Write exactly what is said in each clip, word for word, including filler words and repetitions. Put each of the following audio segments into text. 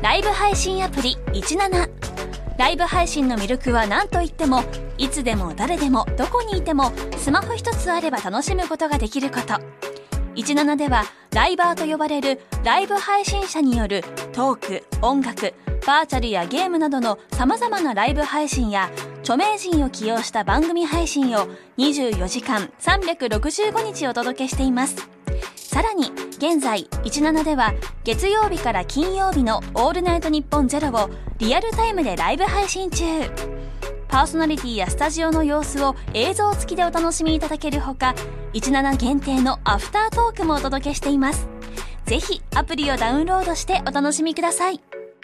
ライブ配信アプリいちなな。ライブ配信の魅力は何といっても、いつでも誰でもどこにいてもスマホ一つあれば楽しむことができること。いちななではライバーと呼ばれるライブ配信者によるトーク、音楽、バーチャルやゲームなどの様々なライブ配信や、著名人を起用した番組配信をにじゅうよじかんさんびゃくろくじゅうごにちお届けしています。さらに現在いちななでは月曜日から金曜日のオールナイトニッポンゼロをリアルタイムでライブ配信中。パーソナリティやスタジオの様子を映像付きでお楽しみいただけるほか、いちなな限定のアフタートークもお届けしています。ぜひアプリをダウンロードしてお楽しみください。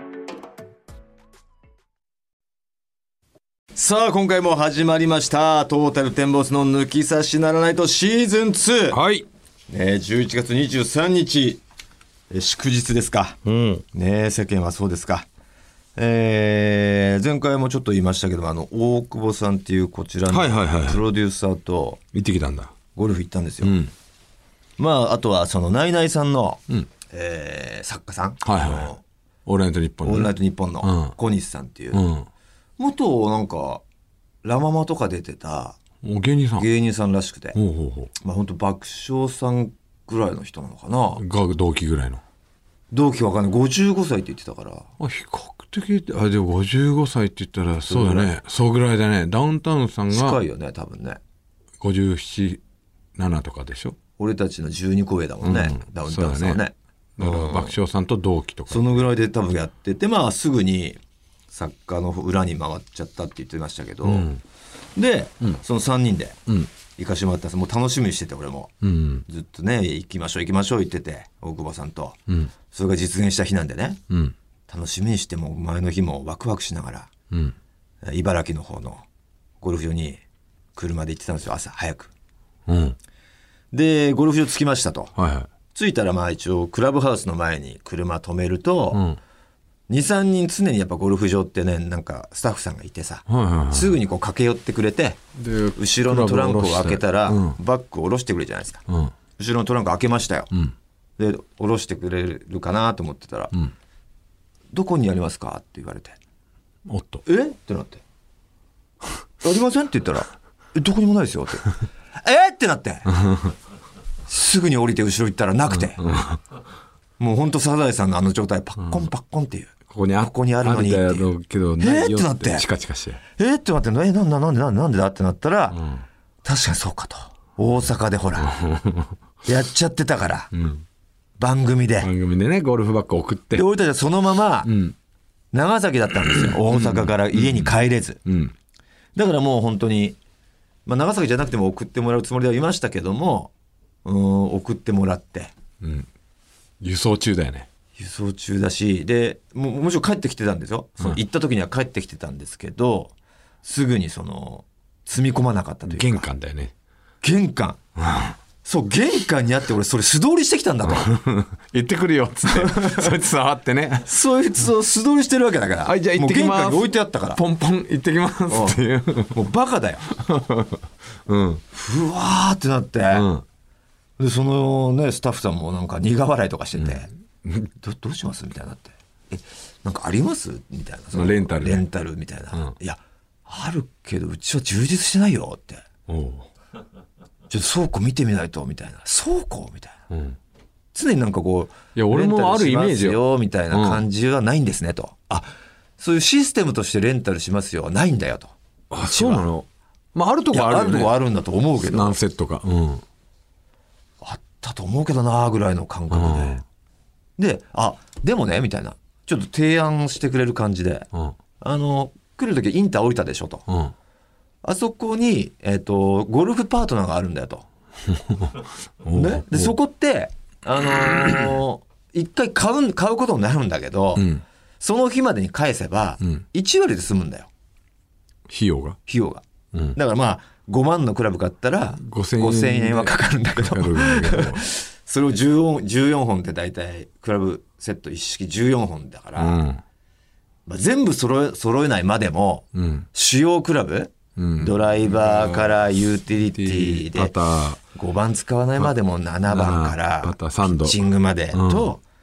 さあ今回も始まりましたトータルテンボスの抜き差しならないとシーズンツー。 はい、 ね、じゅういちがつにじゅうさんにちえ祝日ですか、うんね、世間はそうですか。えー、前回もちょっと言いましたけど、あの大久保さんっていうこちらのプロデューサーと行ってきたんだ。 ゴルフ行ったんですよ、 うん、 まああとはそのナイナイさんの、 うんえー、作家さん、 はいはい、オールナイトニッポンの、 オールナイトニッポンの小西さんっていう、うん、元なんかラママとか出てた芸人さん芸人さんらしくて、 ほうほうほう、 まあ本当爆笑さんぐらいの人なのかな、 が同期ぐらいの同期わかんない、ごじゅうごさいって言ってたから、 あ比較的、あでもごじゅうごさいって言ったらそうだね、そうぐらいだね。ダウンタウンさんが近いよね多分ね、 ごじゅうなな、ななとかでしょ。 俺たちのじゅうにこ上だもんね、うん、ダウンタウンさんはね。 だから爆笑さんと同期とかそのぐらいで多分やってて、まあすぐに作家の裏に回っちゃったって言ってましたけど、うん、で、うん、そのさんにんで行かしてもらったんです。もう楽しみにしてて俺も、うん、ずっとね行きましょう行きましょう言ってて、大久保さんと、うん、それが実現した日なんでね、うん、楽しみにしても前の日もワクワクしながら、うん、茨城の方のゴルフ場に車で行ってたんですよ、朝早く、うん、でゴルフ場着きましたと、はいはい、着いたらまあ一応クラブハウスの前に車止めると、うん、にさんにん常にやっぱゴルフ場ってね、なんかスタッフさんがいてさ、はいはいはい、すぐにこう駆け寄ってくれて、で後ろのトランクを開けたら、うん、バッグを下ろしてくれるじゃないですか、うん、後ろのトランク開けましたよ、うん、で下ろしてくれるかなと思ってたら、うん、どこにありますかって言われて、 おっとえってなってありませんって言ったらえどこにもないですよってえってなってすぐに降りて後ろ行ったらなくて、うんうん、もうほんとサザエさんのあの状態パッコンパッコンっていう、 ここに あ, ここにあるのにっていう、 けどえーってなってチカチカしてえーってなってえなんだなんでなんでなんでだってなったら、うん、確かにそうかと、大阪でほらやっちゃってたから、うん、番組で番組でねゴルフバッグ送って、 で俺たちはそのまま、うん、長崎だったんですよ、大阪から家に帰れず、うんうん、だからもう本当に、まあ、長崎じゃなくても送ってもらうつもりではいましたけども、うん、送ってもらって、 うん、輸送中だよね、 輸送中だし、で も, もちろん帰ってきてたんですよ、その行った時には帰ってきてたんですけど、すぐにその積み込まなかったというか、 玄関だよね、 玄関、うん、そう玄関にあって、俺それ素通りしてきたんだと行ってくるよっつってそいつ触ってね、 そいつを素通りしてるわけだから、 はい、じゃあ行ってきます、 もう玄関に置いてあったから、 ポンポン行ってきますっていうもうバカだよ、うん、ふわーってなって、うんでそのねスタッフさんもなんか苦笑いとかしてて、うん、ど, どうしますみたいになって、えなんかありますみたいな、そのレンタル、ね、 レンタルみたいな、うん、いやあるけどうちは充実してないよって、おうちょっと倉庫見てみないとみたいな、倉庫みたいな、うん、常になんかこういや俺もあるイメージよみたいな感じはないんですねと、うん、あそういうシステムとしてレンタルしますよはないんだよと、 あそうなの、まああるとこあるよね、 あるとこあるんだと思うけど、 何セットか、うんだと思うけどなぐらいの感覚で、うん、であでもねみたいなちょっと提案してくれる感じで、うん、あの来る時インター降りたでしょと、うん、あそこに、えーと、ゴルフパートナーがあるんだよとね、でそこってあのー、一回買う、買うことになるんだけど、うん、その日までに返せば、うん、いちわりで済むんだよ費用が費用が、うん、だからまあごまんのクラブ買ったらごせんえんはかかるんだけどそれをじゅうよん、じゅうよんほんって大体クラブセット一式じゅうよんほんだから、うんまあ、全部揃え、揃えないまでも、うん、主要クラブ、うん、ドライバーからユーティリティでパターごばん使わないまでもななばんからピッチングまでと、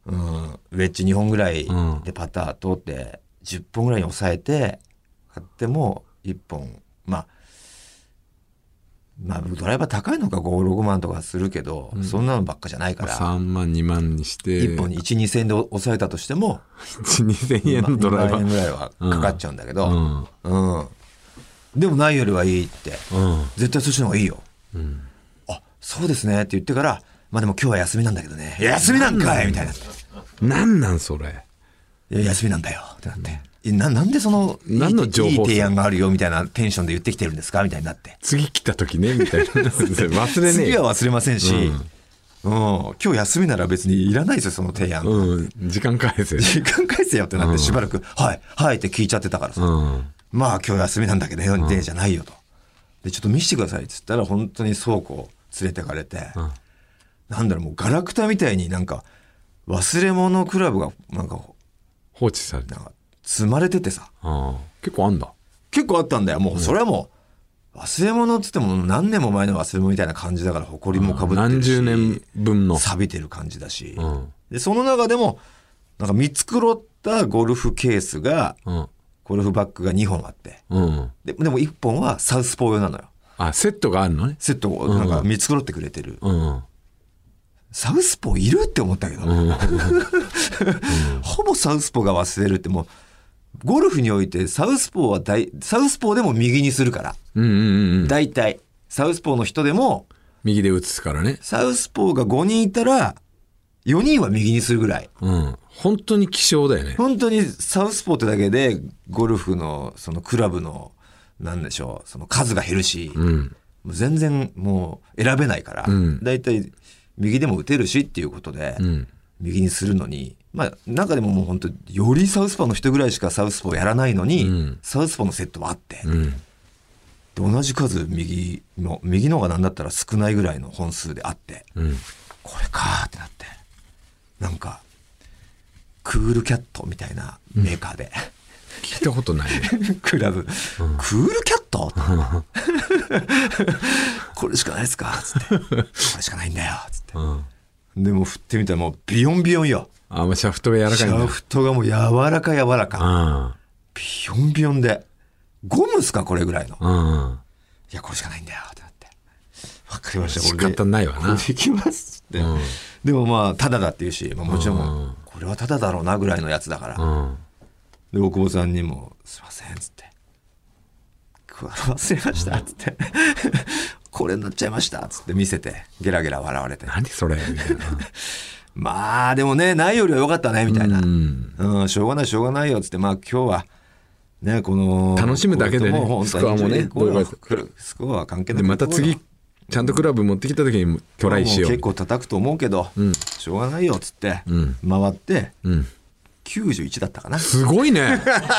うん、ウェッジにほんぐらいでパター通ってじゅっぽんぐらいに抑えて買ってもいっぽんまあまあドライバー高いのかご、ろくまんとかするけど、うん、そんなのばっかじゃないから、 さんまんにまんにしていっぽんにいち、にせんえんで抑えたとしてもいち、にせんえんのドライバーにまんえんぐらいはかかっちゃうんだけど、うんうんうん、でもないよりはいいって、うん、絶対そっちの方がいいよ、うん、あそうですねって言ってからまあでも今日は休みなんだけどね休みなんかいみたいななんなんそれいや休みなんだよってなって、うん、な, なんでその何の情報いい提案があるよみたいなテンションで言ってきてるんですかみたいになって次来た時ねみたいな忘れねえ次は忘れませんし、うんうん、今日休みなら別にいらないですよその提案、うん、 時間返せ時間返せよってなってしばらく、うん、はいはいって聞いちゃってたからさ、うん、まあ今日休みなんだけどね、うん、じゃないよとでちょっと見せてくださいって言ったら本当に倉庫連れてかれて、うん、なんだろうもうガラクタみたいになんか忘れ物クラブがなんか放置されて積まれててさあ結構あんだ結構あったんだよもう、うん、それはもう忘れ物っつっても何年も前の忘れ物みたいな感じだから埃もかぶってるし、 何十年分の錆びてる感じだし、うん、でその中でもなんか見繕ったゴルフケースが、うん、ゴルフバッグがにほんあって、うん、で, でもいっぽんはサウスポー用なのよあセットがあるのねセットをなんか見繕ってくれてる、うん、サウスポーいるって思ったけど、うん、ほぼサウスポーが忘れるってもうゴルフにおいてサウスポーは大サウスポーでも右にするから、うんうんうん、大体サウスポーの人でも右で打つからねサウスポーがごにんいたらよにんは右にするぐらい、 うん、本当に希少だよね本当にサウスポーってだけでゴルフのそのクラブのなんでしょうその数が減るし、うん、もう全然もう選べないから、うん、だいたい右でも打てるしっていうことで、うん、右にするのにまあ中でももう本当よりサウスポーの人ぐらいしかサウスポーやらないのに、うん、サウスポーのセットはあって、うん、で同じ数右の右の方が何だったら少ないぐらいの本数であって、うん、これかーってなってなんかクールキャットみたいなメーカーで、うん、 聞いたことないねクラブ、うん、クールキャットこれしかないですかつってこれしかないんだよつって、うん、でも振ってみたらもうビヨンビヨンよあもうシャフトが柔らかいんだシャフトがもう柔らか柔らか、うん、ビヨンビヨンでゴムっすかこれぐらいの、うん、いやこれしかないんだよってなってわかりました仕方ないわなこれできますって、うん、でもまあタダだっていうし、まあ、もちろんこれはタダだろうなぐらいのやつだから、うん、で大久保さんにもすいませんっつって忘れましたっつってこれになっちゃいましたっつって見せてゲラゲラ笑われて何それみたいなまあでもねないよりは良かったねみたいな、うんうん、しょうがないしょうがないよっつってまあ今日はねこの楽しむだけでねスコアもねスコアは関係ないでまた次ちゃんとクラブ持ってきた時にトライしよう結構叩くと思うけど、うん、しょうがないよっつって、うん、回って、うんきゅうじゅういちだったかなすごいね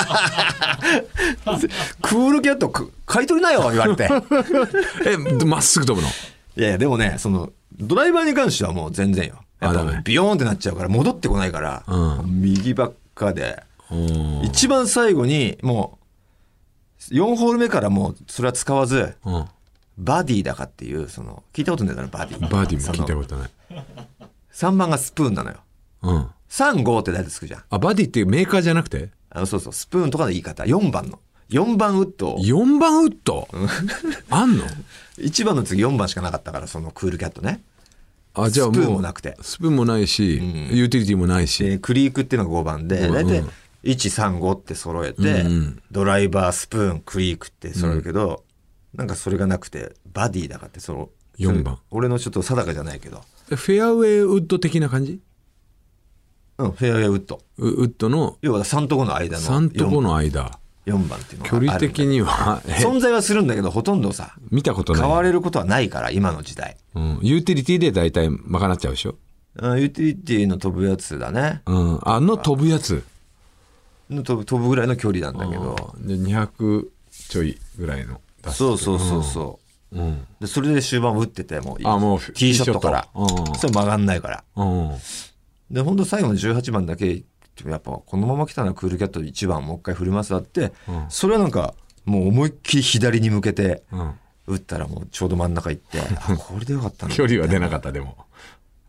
クールキャット買い取りなよ言われてえまっすぐ飛ぶのいやいやでもねそのドライバーに関してはもう全然よやっぱビヨーンってなっちゃうから戻ってこないから、うん、右ばっかで一番最後にもうよんホール目からもうそれは使わず、うん、バディだかっていうその聞いたことないだろバディバディも聞いたことないさんばんがスプーンなのよ、うんさん、ごって大体つくじゃん。 あ、バディっていうメーカーじゃなくてあのそうそう、スプーンとかの言い方。よんばんの。よんばんウッド。 よんばんウッドあんの ? いち 番の次よんばんしかなかったから、そのクールキャットね。 あ、じゃあもう。 スプーンもなくて。 スプーンもないし、うん、ユーティリティもないし。 で、クリークっていうのがごばんで、大体いち、さん、ごって揃えて、うんうん、ドライバー、スプーン、クリークって揃えるけど、うん、なんかそれがなくて、バディだかってその、 よんばん。 俺のちょっと定かじゃないけど。 フェアウェイウッド的な感じうん、フェアウェイウッドウッドの要はさんとこの間のさんとこの間よんばんっていうのが距離的には存在はするんだけどほとんどさ見たことない買われることはないから今の時代、 うん、ユーティリティで大体賄っちゃうでしょ、 うん、ユーティリティの飛ぶやつだね、 うん、あの飛ぶやつの飛ぶ、飛ぶぐらいの距離なんだけどでにひゃくちょいぐらいの出すそうそうそうそう、うん、でそれで終盤打っててもうあもうティーショットから、うん、それ曲がんないから、うんで本当最後のじゅうはちばんだけやっぱこのまま来たらクールキャットいちばんもう一回振りますわって、うん、それはなんかもう思いっきり左に向けて打ったらもうちょうど真ん中行って、うん、あこれでよかったんだ距離は出なかったでも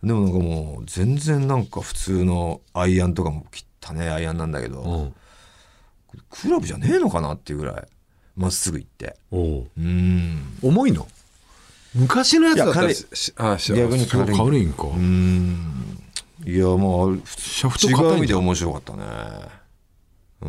でもなんかもう全然なんか普通のアイアンとかも汚ねアイアンなんだけど、うん、クラブじゃねえのかなっていうぐらいまっすぐ行って、おう、うん重いの昔のやつだったら逆に軽い軽いんか。うんいやまあシャフト硬いん違う意味で面白かったね。 うん、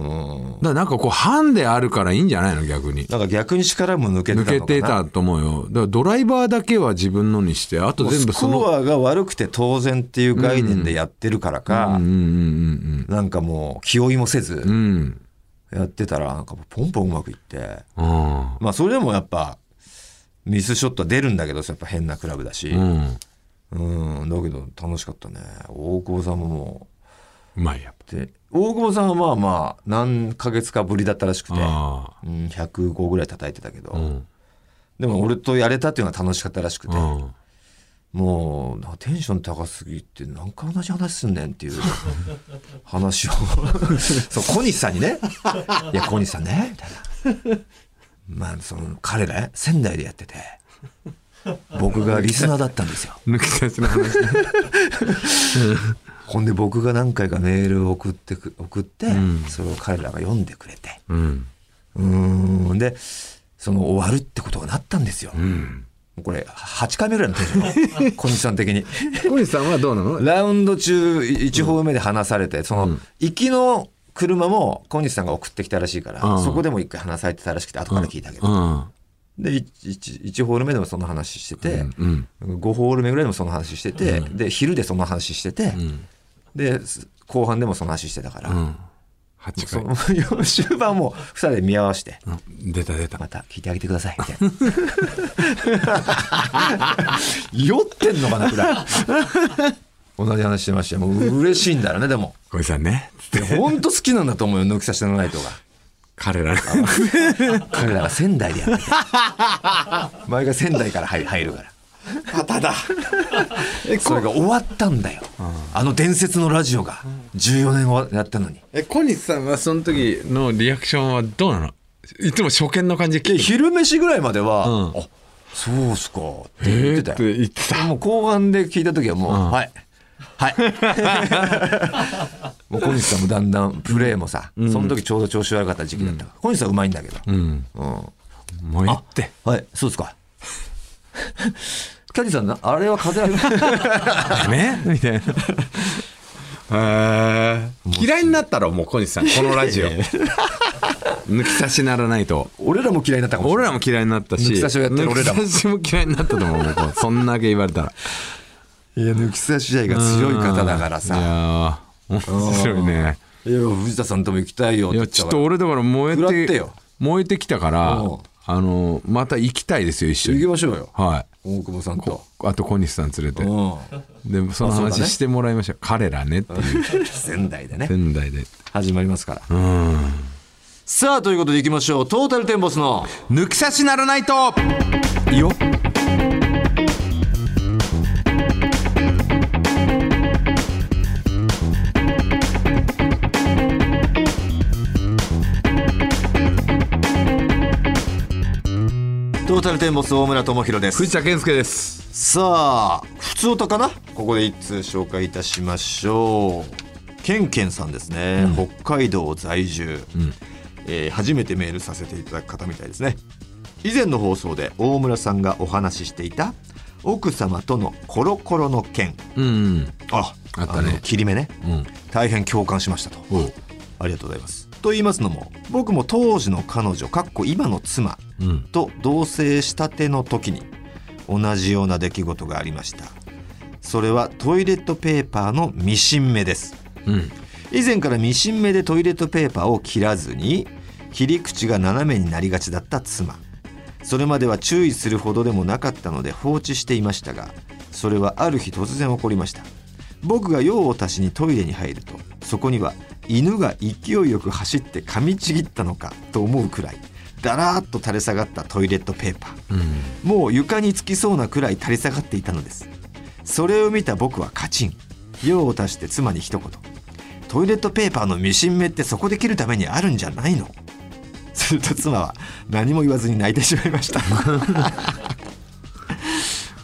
だなんかこうハンデあるからいいんじゃないの逆に。 なんか逆に力も抜けてたのかな。 抜けてたと思うよ。だからドライバーだけは自分のにしてあと全部そのスコアが悪くて当然っていう概念でやってるからか、なんかもう気負いもせずやってたらなんかポンポンうまくいって、うん、まあそれでもやっぱミスショットは出るんだけどやっぱ変なクラブだし、うんうん、だけど楽しかったね。大久保さんももううまいやっぱで大久保さんはまあまあ何ヶ月かぶりだったらしくて、うん、ひゃくごぐらい叩いてたけど、うん、でも俺とやれたっていうのは楽しかったらしくて、うん、もうテンション高すぎて何回同じ話すんねんっていう話をそう小西さんにねいや小西さんねみたいなまあその彼ら仙台でやってて僕がリスナーだったんですよ抜き差しの話ほんで僕が何回かメールを送って送って、うん、それを彼らが読んでくれて、うん、うーんでその終わるってことがなったんですよ、うん、これはちかいめぐらいのテンション小西さん的に小西さんはどうなの。 ラウンド中いちホール目で話されて、うん、その行きの車も小西さんが送ってきたらしいから、うん、そこでも一回話されてたらしくて後から聞いたけど、うんうんで 1, いちホール目でもその話してて、うんうん、ごホール目ぐらいでもその話してて、うん、で昼でその話してて、うん、で後半でもその話してたから、うん、はちかい終盤もふたりで見合わせて、 うん、出た出たまた聞いてあげてくださいみたいな酔ってんのかなくらい同じ話してましたよ。もう嬉しいんだよね。でも小井さんね本当好きなんだと思うよ抜き差しのナイトが彼ら彼らが仙台でやってて前が仙台から入るからまただそれが終わったんだよ、うん、あの伝説のラジオがじゅうよねんやったのに。 え小西さんはその時のリアクションはどうなの。いつも初見の感じで昼飯ぐらいまでは、うん、あそうっすかって言ってたよ、えー、って言ってた。もう後半で聞いた時はもう、うん、はいはいもう小西さんもだんだんプレーもさ、うん、その時ちょうど調子悪かった時期だったから、うん、小西さんうまいんだけど、うんうん、 もういってはいそうですかキャディさんなあれは風ありねみたいなえ嫌いになったらもう小西さんこのラジオ抜き差しならないと俺らも嫌いになったかもしれない。 俺らも嫌いになったし抜き差しをやってる俺らも抜き差しも嫌いになったと思うそんだけ言われたらいや抜き差し愛が強い方だからさ。いや面白いね。 いや藤田さんとも行きたいよって言ったから。いやちょっと俺だから燃えて燃えてきたからあのまた行きたいですよ一緒に。 行きましょうよ。 はい大久保さんとあと小西さん連れてでその話してもらいましょう。彼らねっていう仙台でね仙台で始まりますから。うんさあということで行きましょう。トータルテンボスの抜き差しならないといいよ。 トータルテンボス大村智弘です。 藤田健介です。 さあ普通歌かな。ここで一通紹介いたしましょう。ケンケンさんですね、うん、北海道在住、うんえー、初めてメールさせていただく方みたいですね。以前の放送で大村さんがお話ししていた奥様とのコロコロの件、うんうん、ああったね。切り目ね、うん、大変共感しましたと。ありがとうございます。と言いますのも僕も当時の彼女かっこ今の妻と同棲したての時に同じような出来事がありました。それはトイレットペーパーのミシン目です、うん、以前からミシン目でトイレットペーパーを切らずに切り口が斜めになりがちだった妻。それまでは注意するほどでもなかったので放置していましたが、それはある日突然起こりました。僕が用を足しにトイレに入るとそこには犬が勢いよく走って噛みちぎったのかと思うくらいだらーっと垂れ下がったトイレットペーパー、うん、もう床につきそうなくらい垂れ下がっていたのです。それを見た僕はカチン。用を足して妻に一言、トイレットペーパーのミシン目ってそこで切るためにあるんじゃないの。すると妻は何も言わずに泣いてしまいました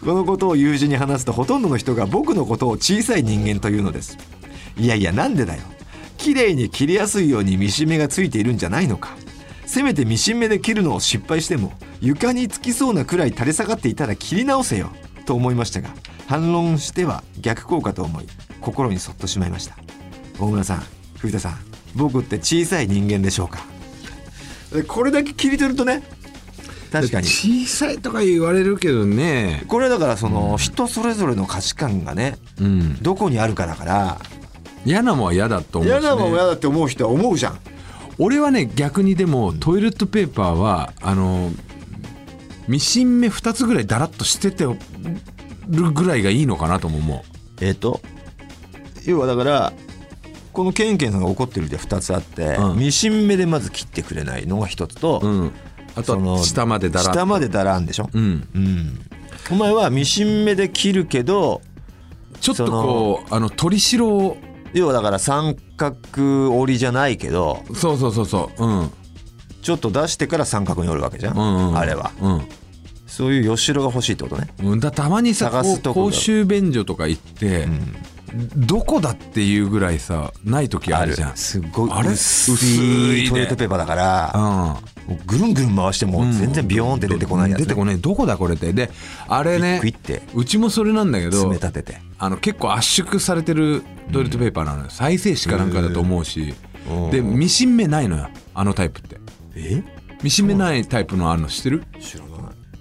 このことを友人に話すとほとんどの人が僕のことを小さい人間というのです。いやいやなんでだよ、綺麗に切りやすいようにミシン目がついているんじゃないのか。せめてミシン目で切るのを失敗しても床につきそうなくらい垂れ下がっていたら切り直せよと思いましたが、反論しては逆効果と思い心にそっとしまいました。大村さん、藤田さん、僕って小さい人間でしょうか。これだけ切り取るとね、確かに小さいとか言われるけどね、 これだからその人それぞれの価値観がね、うん、どこにあるかだから、 嫌なもんは嫌だと思うし、ね、 嫌なもんは嫌だって思う人は思うじゃん。 俺はね逆にでもトイレットペーパーはあのミシン目ふたつぐらいだらっとしててるぐらいがいいのかなとも思う。 えっと要はだからこのケンケンさんが怒ってるでふたつあって、うん、ミシン目でまず切ってくれないのがひとつと、うん、 あとは下までだら下までだらんでしょ、うんうん、お前はミシン目で切るけどちょっとこうあの取り代を、 要はだから三角折りじゃないけど、 そうそうそうそう、うん、 ちょっと出してから三角に折るわけじゃん、うんうん、あれは、うん、そういうよしろが欲しいってことね、 うん、だたまにさ公衆便所とか行って、うん、どこだっていうぐらいさない時あるじゃん。 すごいあれ薄いトイレットペーパーだから、うん、もうぐるんぐるん回しても全然ビヨーンって出てこないやつ、ね、 出てこない、どこだこれって。であれね、うちもそれなんだけど、 爪立ててあの結構圧縮されてるトイレットペーパーなのよ、再生紙かなんかだと思うし、でミシン目ないのよあのタイプって。えミシン目ないタイプのあるの知ってる？ 知らない。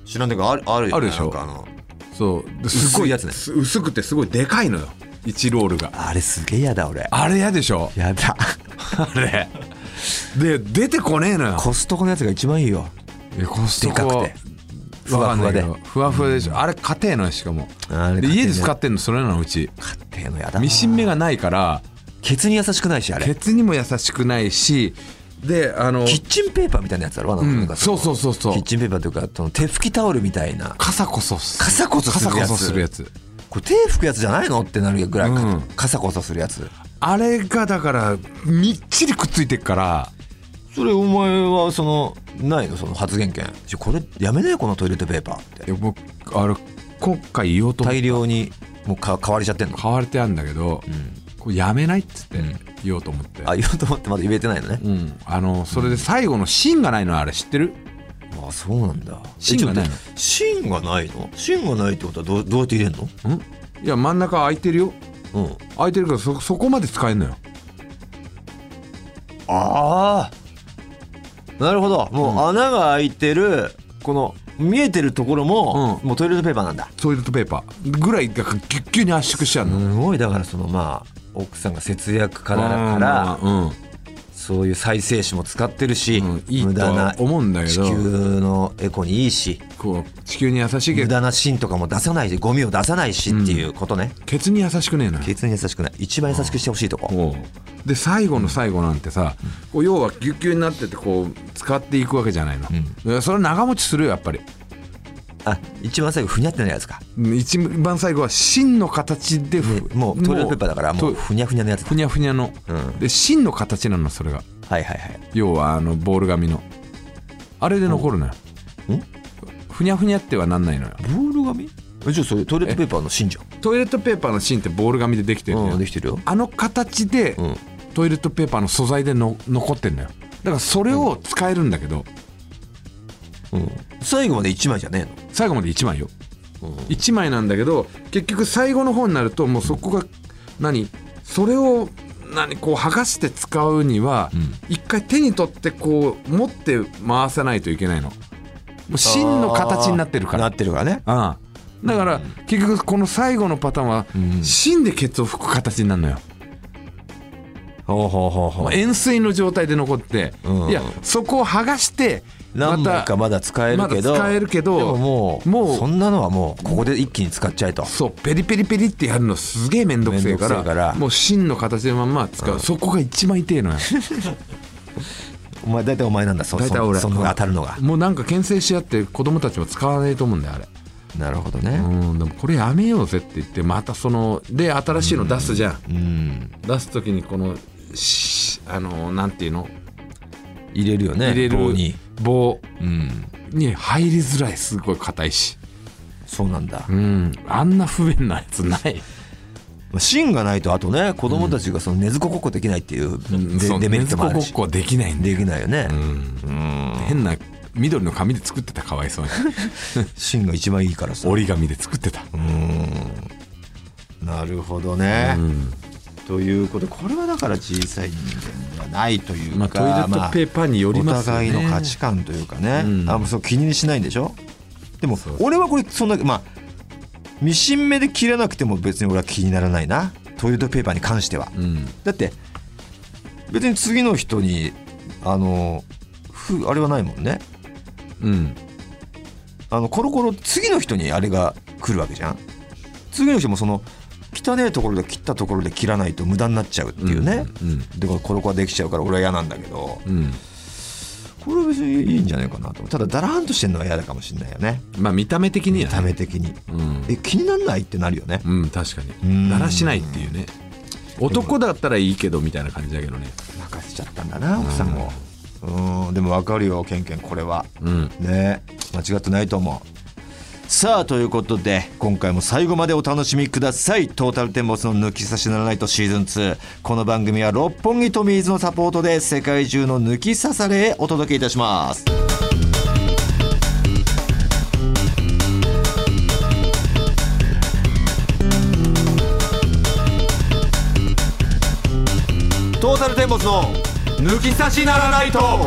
知らんけどあるあるあるでしょ。 なんかあのそうすごいやつね、薄くてすごいでかいのよいちロールが。 あれすげえやだ俺。 あれやでしょ。 やだあれで出てこねえのよ。 コストコのやつが一番いいよ。 コストコでかくてふわふわでふわふわでしょ、うん、あれ家庭のしかもで家で使ってんのそれなのうち。 家庭のやだ。 ミシン目がないからケツに優しくないし、あれケツにも優しくないし、であのキッチンペーパーみたいなやつだろ、うん、 そうそうそうそう、 キッチンペーパーというかその手拭きタオルみたいなカサコソカサコソするやつ、 するやつ、 これ手拭くやつじゃないのってなるぐらい、うん、カサコソするやつ。 あれがだからみっちりくっついてっから。 それお前はそのないのその発言権。これやめなよこのトイレットペーパーって。 いや僕あれ今回言おうと思った大量にもうか買われちゃってんの。 買われてあるんだけど、うん、これやめないっつって言おうと思って、うん、 あ言おうと思ってまだ言えてないのね、うん、 あのそれで最後の芯がないのあれ知ってる？ あそうなんだ。 芯がないの。 芯がないの？芯がないってことはどう、どうやって入れんの？ん？ いや真ん中空いてるよ、うん、空いてるから そ, そこまで使えんのよ。 ああなるほど。もう穴が開いてるこの見えてるところも、うん、もうトイレットペーパーなんだ。 トイレットペーパーぐらいだからギュッギュに圧縮しちゃうの。 すごい。だからそのまあ奥さんが節約家だから、うん、そういう再生紙も使ってるし、うん、いい無駄な思うんだけど、 地球のエコにいいし、 こう地球に優しいけど無駄な芯とかも出さないしゴミを出さないしっていうことね、 うん、ケツに優しくねえな。 ケツに優しくない。一番優しくしてほしいとこ。 で最後の最後なんてさ、うん、こう要はギュッギュになっててこう使っていくわけじゃないの、うん、それ長持ちするよやっぱり。 あ一番最後ふにゃってないやつか。 一番最後は芯の形で、 ね、もうトイレットペーパーだからもうふにゃふにゃのやつだ。 ふにゃふにゃの、うん、で芯の形なのそれが。 はいはいはい。 要はあのボール紙のあれで残るのよ。んふにゃふにゃってはなんないのよ。 ボール紙？じゃあそれトイレットペーパーの芯じゃん。 トイレットペーパーの芯ってボール紙でできてるよ、 うん、できてるよ。 あの形で、うん、トイレットペーパーの素材での残ってんのよ。だからそれを使えるんだけど、 うん、最後までいちまいじゃねえの？ 最後までいちまいよ、うん、いちまいなんだけど結局最後の方になるともうそこが何それを何こう剥がして使うには一、うん、回手に取ってこう持って回さないといけないの。もう芯の形になってるから。 なってるからね。 ああだから、うん、結局この最後のパターンは、うん、芯でケツを拭く形になるのよ。 ほうほうほうほう。 円錐の状態で残って、うん、いやそこを剥がして何枚かまだ使えるけど、 まだ使えるけどでももう、もうそんなのはもうここで一気に使っちゃえと。 そうペリペリペリってやるのすげえめんどくせえから、からもう芯の形のまんま使う、うん、そこが一番痛えのよお前大体お前なんだ。そ大体俺その当たるのがもうなんか牽制し合って子供たちも使わないと思うんだよあれ。 なるほどね。 うんでもこれやめようぜって言ってまたそので新しいの出すじゃん、うん、出す時にこのあのなんていうの入れるよね。 入れる棒に棒、うん、に入りづらい。すごい硬いしそうなんだ、 うん、あんな不便なやつない。 芯がないとあとね子供たちがその根付こごっこできないっていう、うん、 デメリットもあるし、 根付こごっこできないんだよ。 できないよね、 うんうん、変な緑の紙で作ってた、かわいそうに芯が一番いいからさ折り紙で作ってた。 うーん、なるほどね、うん、ということでこれはだから小さい人間ではないというか、 まあ、トイレットペーパーによりますよね、 お互いの価値観というかね、うん、あもうそう気にしないんでしょ。でもそうそう俺はこれそんなまあミシン目で切らなくても別に俺は気にならないな、トイレットペーパーに関しては、うん、だって別に次の人にあのふあれはないもんね、うん、あのコロコロ次の人にあれが来るわけじゃん。次の人もその汚いところで切ったところで切らないと無駄になっちゃうっていうね、うんうん、だからコロコロできちゃうから俺は嫌なんだけど、うん、これは別にいいんじゃないかなと。ただだらんとしてるのは嫌だかもしれないよね。 まあ見た目的には、ね、 見た目的に、うん、え気になんないってなるよね。 うん確かにだらしないっていうね。男だったらいいけどみたいな感じだけどね。 任せちゃったんだな奥さんも。うんでも分かるよケンケンこれは、うん、ね間違ってないと思う。さあということで今回も最後までお楽しみください。トータルテンボスの抜き差しならないとシーズンツー、この番組は六本木トミーズのサポートで世界中の抜き差されへお届けいたします。トータルテンボスの抜き差しならないと。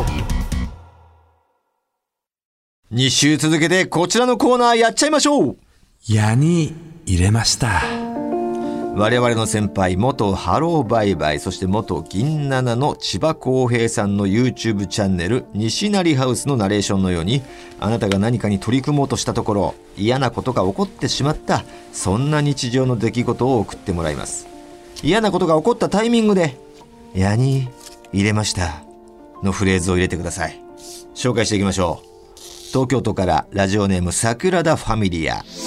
に週続けてこちらのコーナーやっちゃいましょう。 矢に入れました。 我々の先輩元ハローバイバイそして元銀七の千葉公平さんの YouTube チャンネル西成ハウスのナレーションのように、あなたが何かに取り組もうとしたところ嫌なことが起こってしまった、そんな日常の出来事を送ってもらいます。嫌なことが起こったタイミングで矢に入れましたのフレーズを入れてください。紹介していきましょう。東京都からラジオネーム桜田ファミリア。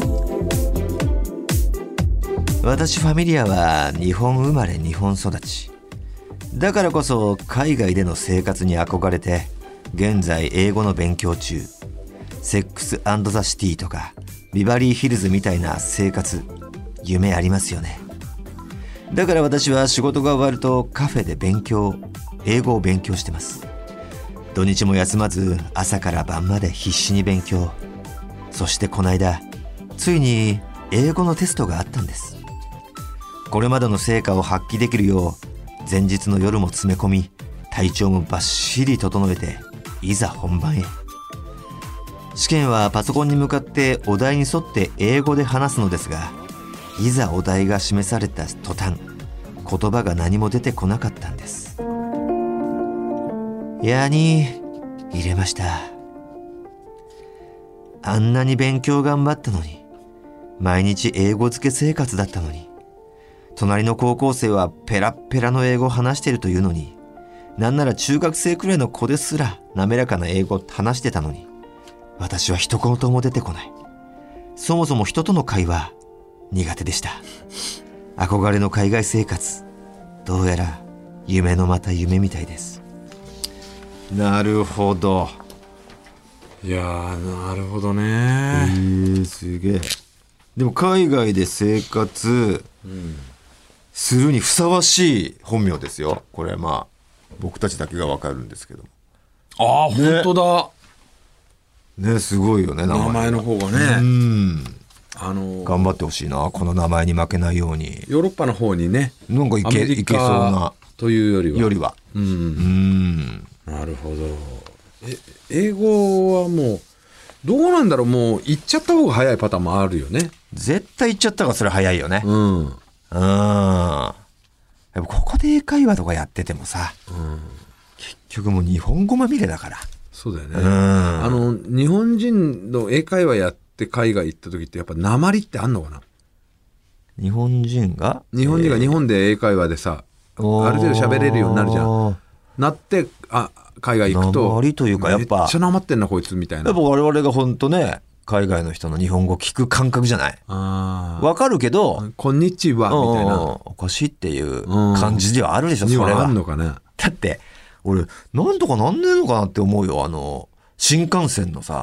私ファミリアは日本生まれ日本育ちだからこそ海外での生活に憧れて現在英語の勉強中。セックス&ザ・シティとかビバリーヒルズみたいな生活夢ありますよね。だから私は仕事が終わるとカフェで勉強英語を勉強してます。土日も休まず朝から晩まで必死に勉強。そしてこの間ついに英語のテストがあったんです。これまでの成果を発揮できるよう前日の夜も詰め込み体調もバッシリ整えていざ本番へ。試験はパソコンに向かってお題に沿って英語で話すのですが、いざお題が示された途端言葉が何も出てこなかったんです。矢に入れました。あんなに勉強頑張ったのに、毎日英語漬け生活だったのに、隣の高校生はペラッペラの英語を話しているというのに、なんなら中学生くらいの子ですら滑らかな英語を話してたのに、私は一言も出てこない。そもそも人との会話苦手でした。憧れの海外生活、どうやら夢のまた夢みたいです。なるほど。 いやーなるほどね。 えー、すげえ。でも海外で生活するにふさわしい本名ですよ。これまあ僕たちだけが分かるんですけど。 ああ、ね、本当だね。すごいよね名前。 名前の方がね。うん。 あのー、頑張ってほしいな、この名前に負けないように。 ヨーロッパの方にね、 なんかいけ、いけそうなというよりはよりはうん、 うんなるほど。え英語はもうどうなんだろう。もう言っちゃった方が早いパターンもあるよね。 絶対言っちゃった方がそれ早いよね。 うんうん。 やっぱここで英会話とかやっててもさ、うん、結局もう日本語まみれだから。 そうだよね。あの日本人の英会話やって海外行った時ってやっぱ訛りってあんのかな。 日本人が日本人が日本で英会話でさ、えー、ある程度喋れるようになるじゃん。なってあ海外行くと訛りというかやっぱめっちゃなまってんなこいつみたいな。 やっぱ我々が本当ね海外の人の日本語聞く感覚じゃない。あわかるけどこんにちはみたいなおかしいっていう感じではあるでしょ。それはあんのかね。 だって俺なんとかなんねえのかなって思うよ。あの新幹線のさ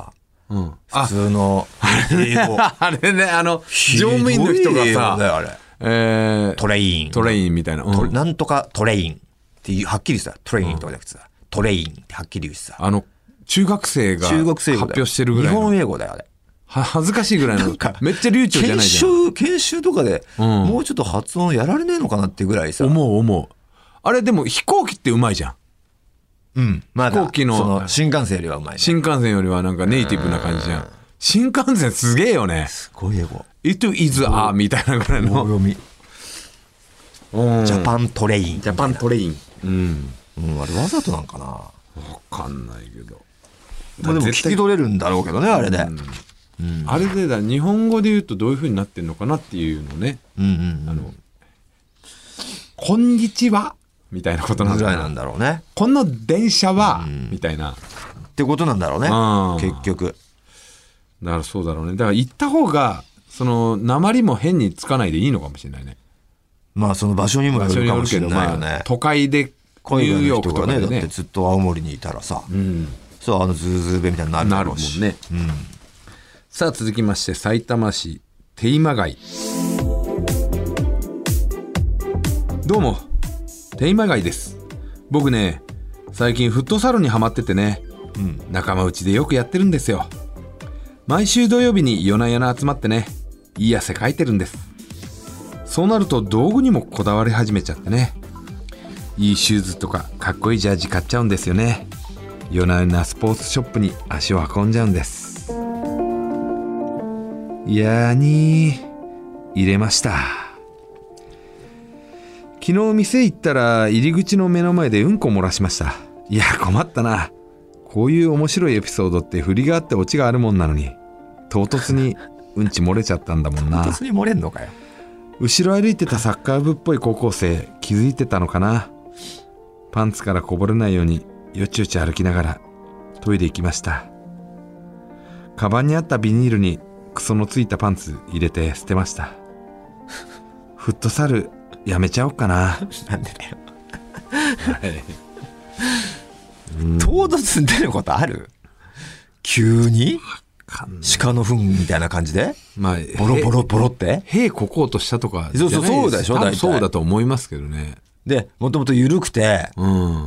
うん、 普通の英語あれね、あの乗務員の人がさ、 あれ、 えー、 トレイントレインみたいな、うん、 なんとかトレインってはっきりさ、トレインとかじゃなくてさ、うん、トレインってはっきり言うしさ、 あの中学生が発表してるぐらいの日本英語だよあれ。 は恥ずかしいぐらいのめっちゃ流暢じゃないじゃん。 研修研修とかで、うん、もうちょっと発音やられねえのかなっていうぐらいさ。 思う思う。あれでも飛行機ってうまいじゃん。 うん、まだ飛行機のその新幹線よりはうまい、ね、 新幹線よりはなんかネイティブな感じじゃん。新幹線すげえよね。 すごい英語。 It is a みたいなぐらいの読み。ジャパントレイン。 ジャパントレイン。うん、 うん、あれわざとなんかな。 わかんないけど。 まあ、でも聞き取れるんだろうけどね、あれで、うんうん、あれでだ日本語で言うとどういう風になってんのかなっていうのね、うんうんうん、あのこんにちはみたいなことなんだぐらいなんだろうね。 この電車は、うん、みたいなってことなんだろうね、結局。 だからそうだろうね。だから行った方がその訛りも変につかないでいいのかもしれないね。 まあその場所にもよるかもしれないよね、まあ、 都会でニューヨークとかでね、 だってずっと青森にいたらさ、うん、そうあのズーズー弁みたいになるだろうし。 なるもんね、うん。さあ続きまして埼玉市手今街。どうも手今街です。僕ね最近フットサルにハマっててね、うん、仲間内でよくやってるんですよ。毎週土曜日に夜な夜な集まってねいい汗かいてるんです。そうなると道具にもこだわり始めちゃってね、いいシューズとかかっこいいジャージ買っちゃうんですよね。夜な夜なスポーツショップに足を運んじゃうんです。いやーに入れました。昨日店行ったら入り口の目の前でうんこ漏らしました。いや困ったな。こういう面白いエピソードって振りがあってオチがあるもんなのに唐突にうんち漏れちゃったんだもんな。 唐突に漏れんのかよ。 後ろ歩いてたサッカー部っぽい高校生気づいてたのかな。パンツからこぼれないようによちよち歩きながらトイレ行きました。カバンにあったビニールにクソのついたパンツ入れて捨てました。フットサルやめちゃおうかな。 なんでだよ、はい、唐突に出ることある？急に鹿の糞みたいな感じで、まあ、ボロボロボロって屁ここうとしたとかじゃないです。そうそうそうでしょ。多分そうだと思いますけどね。 でもともと緩くて、うん、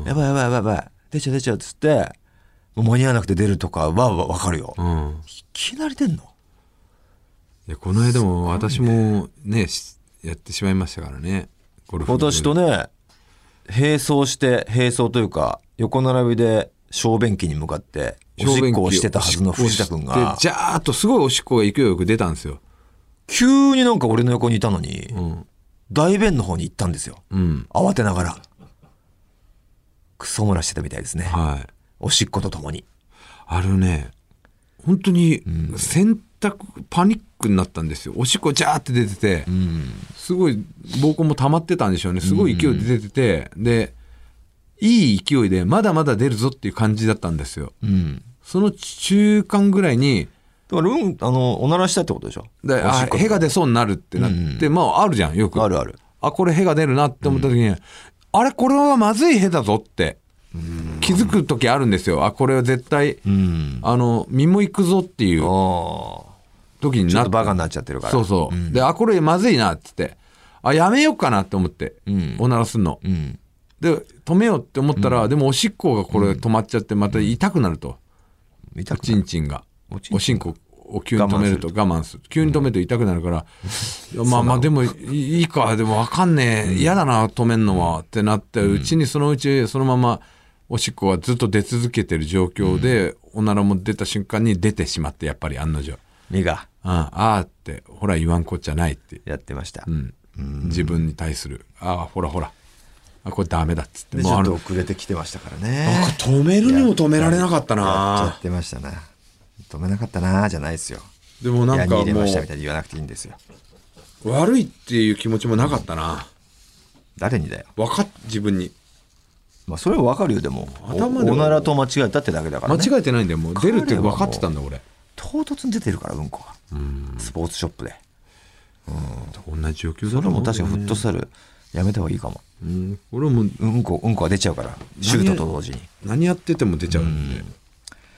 やばいやばいやばいやばい出ちゃう出ちゃうっつってもう間に合わなくて出るとかは分かるよ、うん、いきなり出んの。 いやこの間も私もねやってしまいましたからね。ゴルフ私とね並走して並走というか横並びで小便器に向かっておしっこをしてたはずの藤田君がジャーッとすごいおしっこが勢いよく出たんですよ。 急になんか俺の横にいたのに、うん、大便の方に行ったんですよ、うん、慌てながらクソ漏らしてたみたいですね、はい、おしっことともに。 あれね本当に洗濯パニックになったんですよ。おしっこジャーって出てて、うん、すごい膀胱も溜まってたんでしょうね。すごい勢いで出てて、うん、でいい勢いでまだまだ出るぞっていう感じだったんですよ、うん、その中間ぐらいにだからうんあのおならしたってことでしょ。 であへが出そうになるってなって、うん、まああるじゃんよく。 あるある。 あこれへが出るなって思った時に、うん、あれこれはまずいへだぞって気づく時あるんですよ。あこれは絶対、うん、あの身もいくぞっていう時になってちょっとバカになっちゃってるから。 そうそう、うん、であこれまずいなっつってあやめようかなって思って、うん、おならすんの、うん、で止めようって思ったら、うん、でもおしっこがこれ止まっちゃってまた痛くなると、うん、おちんちんがおしんこを急に止めると我慢する急に止めると痛くなるから、うん、まあまあでもいいかでも分かんねえ嫌、うん、だな止めんのはってなって、うん、うちにそのうちそのままおしっこがずっと出続けてる状況で、うん、おならも出た瞬間に出てしまってやっぱり案の定身がああってほら言わんこっちゃないってやってました、 うんうん、自分に対するああほらほらあこれダメだっつってちょっと遅れてきてましたからね。 なんか止めるにも止められなかったな。 やっちゃってましたな。止めなかったなじゃないですよ。 でもなんかもうやに入れましたみたいに言わなくていいんですよ。 悪いっていう気持ちもなかったな。 誰にだよ。 分かっ自分に。 まあそれは分かるよ。でも頭でおならと間違えたってだけだからね。 間違えてないんだよ。もう出るって分かってたんだ俺。 唐突に出てるからうんこが。うんスポーツショップで。 うん同じ状況だろうね。 それも確かにフットサルやめた方がいいかも。 うん、俺もうんこうんこは出ちゃうからシュートと同時に何やってても出ちゃうんで、うん、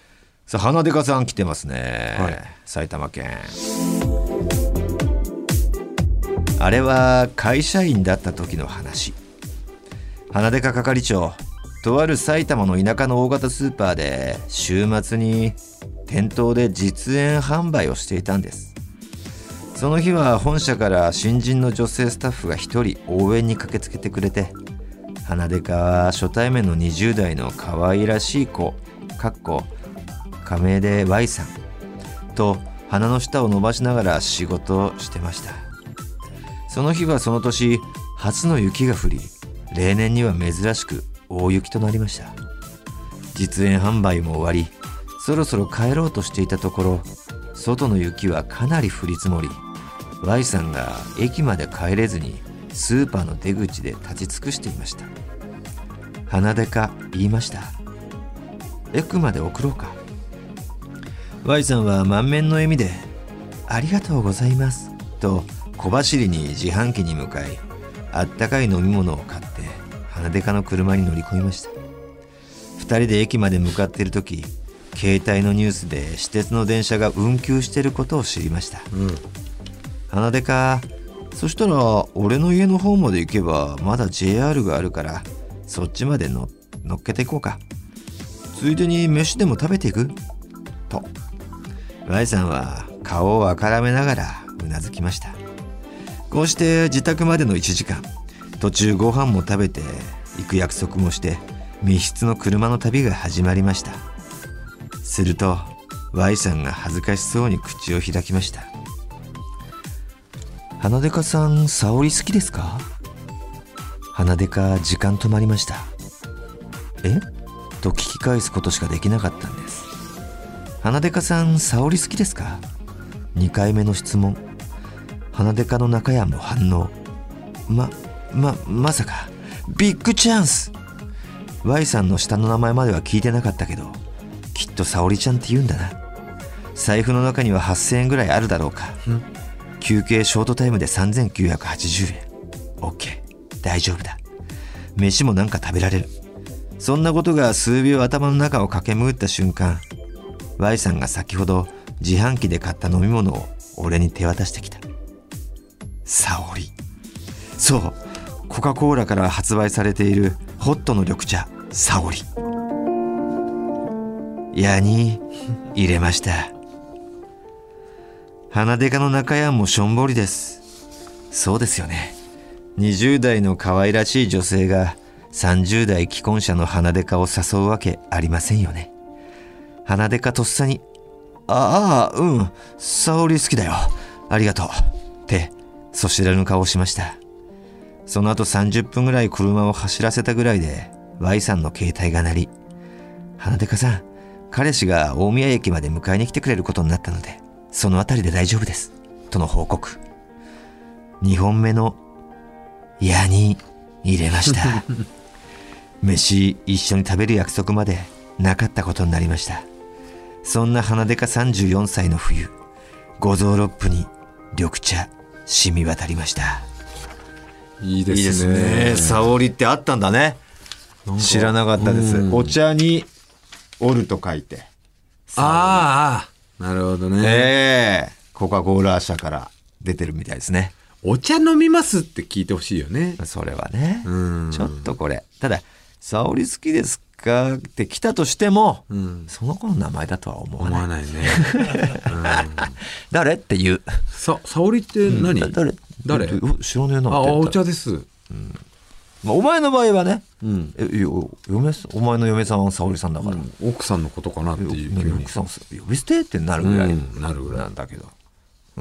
さあ花デカさん来てますね、はい、埼玉県。あれは会社員だった時の話。花デカ係長、とある埼玉の田舎の大型スーパーで週末に店頭で実演販売をしていたんです。その日は本社から新人の女性スタッフが一人応援に駆けつけてくれて、花デカは初対面のにじゅう代の可愛らしい子かっこ仮名で Y さんと鼻の下を伸ばしながら仕事をしてました。その日はその年初の雪が降り、例年には珍しく大雪となりました。実演販売も終わり、そろそろ帰ろうとしていたところ、外の雪はかなり降り積もり、 Y さんが駅まで帰れずにスーパーの出口で立ち尽くしていました。花デカ言いました。駅まで送ろうか。 Y さんは満面の笑みでありがとうございますと小走りに自販機に向かい、あったかい飲み物を買って花デカの車に乗り込みました。ふたりで駅まで向かっている時、携帯のニュースで私鉄の電車が運休していることを知りました、うん、花デカ、そしたら俺の家の方まで行けばまだ ジェイアール があるからそっちまでの乗っけていこうか。ついでに飯でも食べていくと Y さんは顔をあからめながらうなずきました。こうして自宅までのいちじかん、途中ご飯も食べて行く約束もして密室の車の旅が始まりました。すると Y さんが恥ずかしそうに口を開きました。花デカさん、沙織好きですか？花デカ時間止まりました。え？と聞き返すことしかできなかったんです。花デカさん、沙織好きですか？にかいめの質問。花デカの中屋も反応。ま、ま、まさかビッグチャンス。 Y さんの下の名前までは聞いてなかったけど、きっと沙織ちゃんって言うんだな。財布の中にははっせんえんぐらいあるだろうか。休憩ショートタイムでさんぜんきゅうひゃくはちじゅうえん。 OK、 大丈夫だ。飯もなんか食べられる。そんなことが数秒頭の中を駆け巡った瞬間、 Y さんが先ほど自販機で買った飲み物を俺に手渡してきた。沙織。そう、コカ・コーラから発売されているホットの緑茶沙織。矢に入れました。花デカの中屋もしょんぼりです。そうですよね。にじゅう代の可愛らしい女性がさんじゅう代既婚者の花デカを誘うわけありませんよね。花デカとっさに、ああ、うん、沙織好きだよ、ありがとうってそしらぬ顔をしました。その後さんじゅっぷんぐらい車を走らせたぐらいで Y さんの携帯が鳴り、花デカさん、彼氏が大宮駅まで迎えに来てくれることになったのでそのあたりで大丈夫ですとの報告。にほんめの矢に入れました飯一緒に食べる約束までなかったことになりました。そんな花デカさんじゅうよんさいの冬、五臓六腑に緑茶染み渡りました。 いいですね。いいですね。 沙織ってあったんだね。知らなかったです。お茶に折ると書いて。 ああ、なるほどね。 ええー、コカ・コーラ社から出てるみたいですね。 お茶飲みますって聞いてほしいよね。 それはね。ちょっとこれ。ただ、沙織好きですかって来たとしても、うん、その子の名前だとは思わない。 思わないね。 うん、誰っていう。 さ、沙織って何？うん、 誰？誰？知らねえな。 あ、お茶です。うん、 まあ、お前の場合はね、うん、え嫁お前の嫁さんは沙織さんだから、 うん、奥さんのことかなっていう。 奥さん呼び捨てってなるぐらい、うん、なるぐらいなんだけど、うん、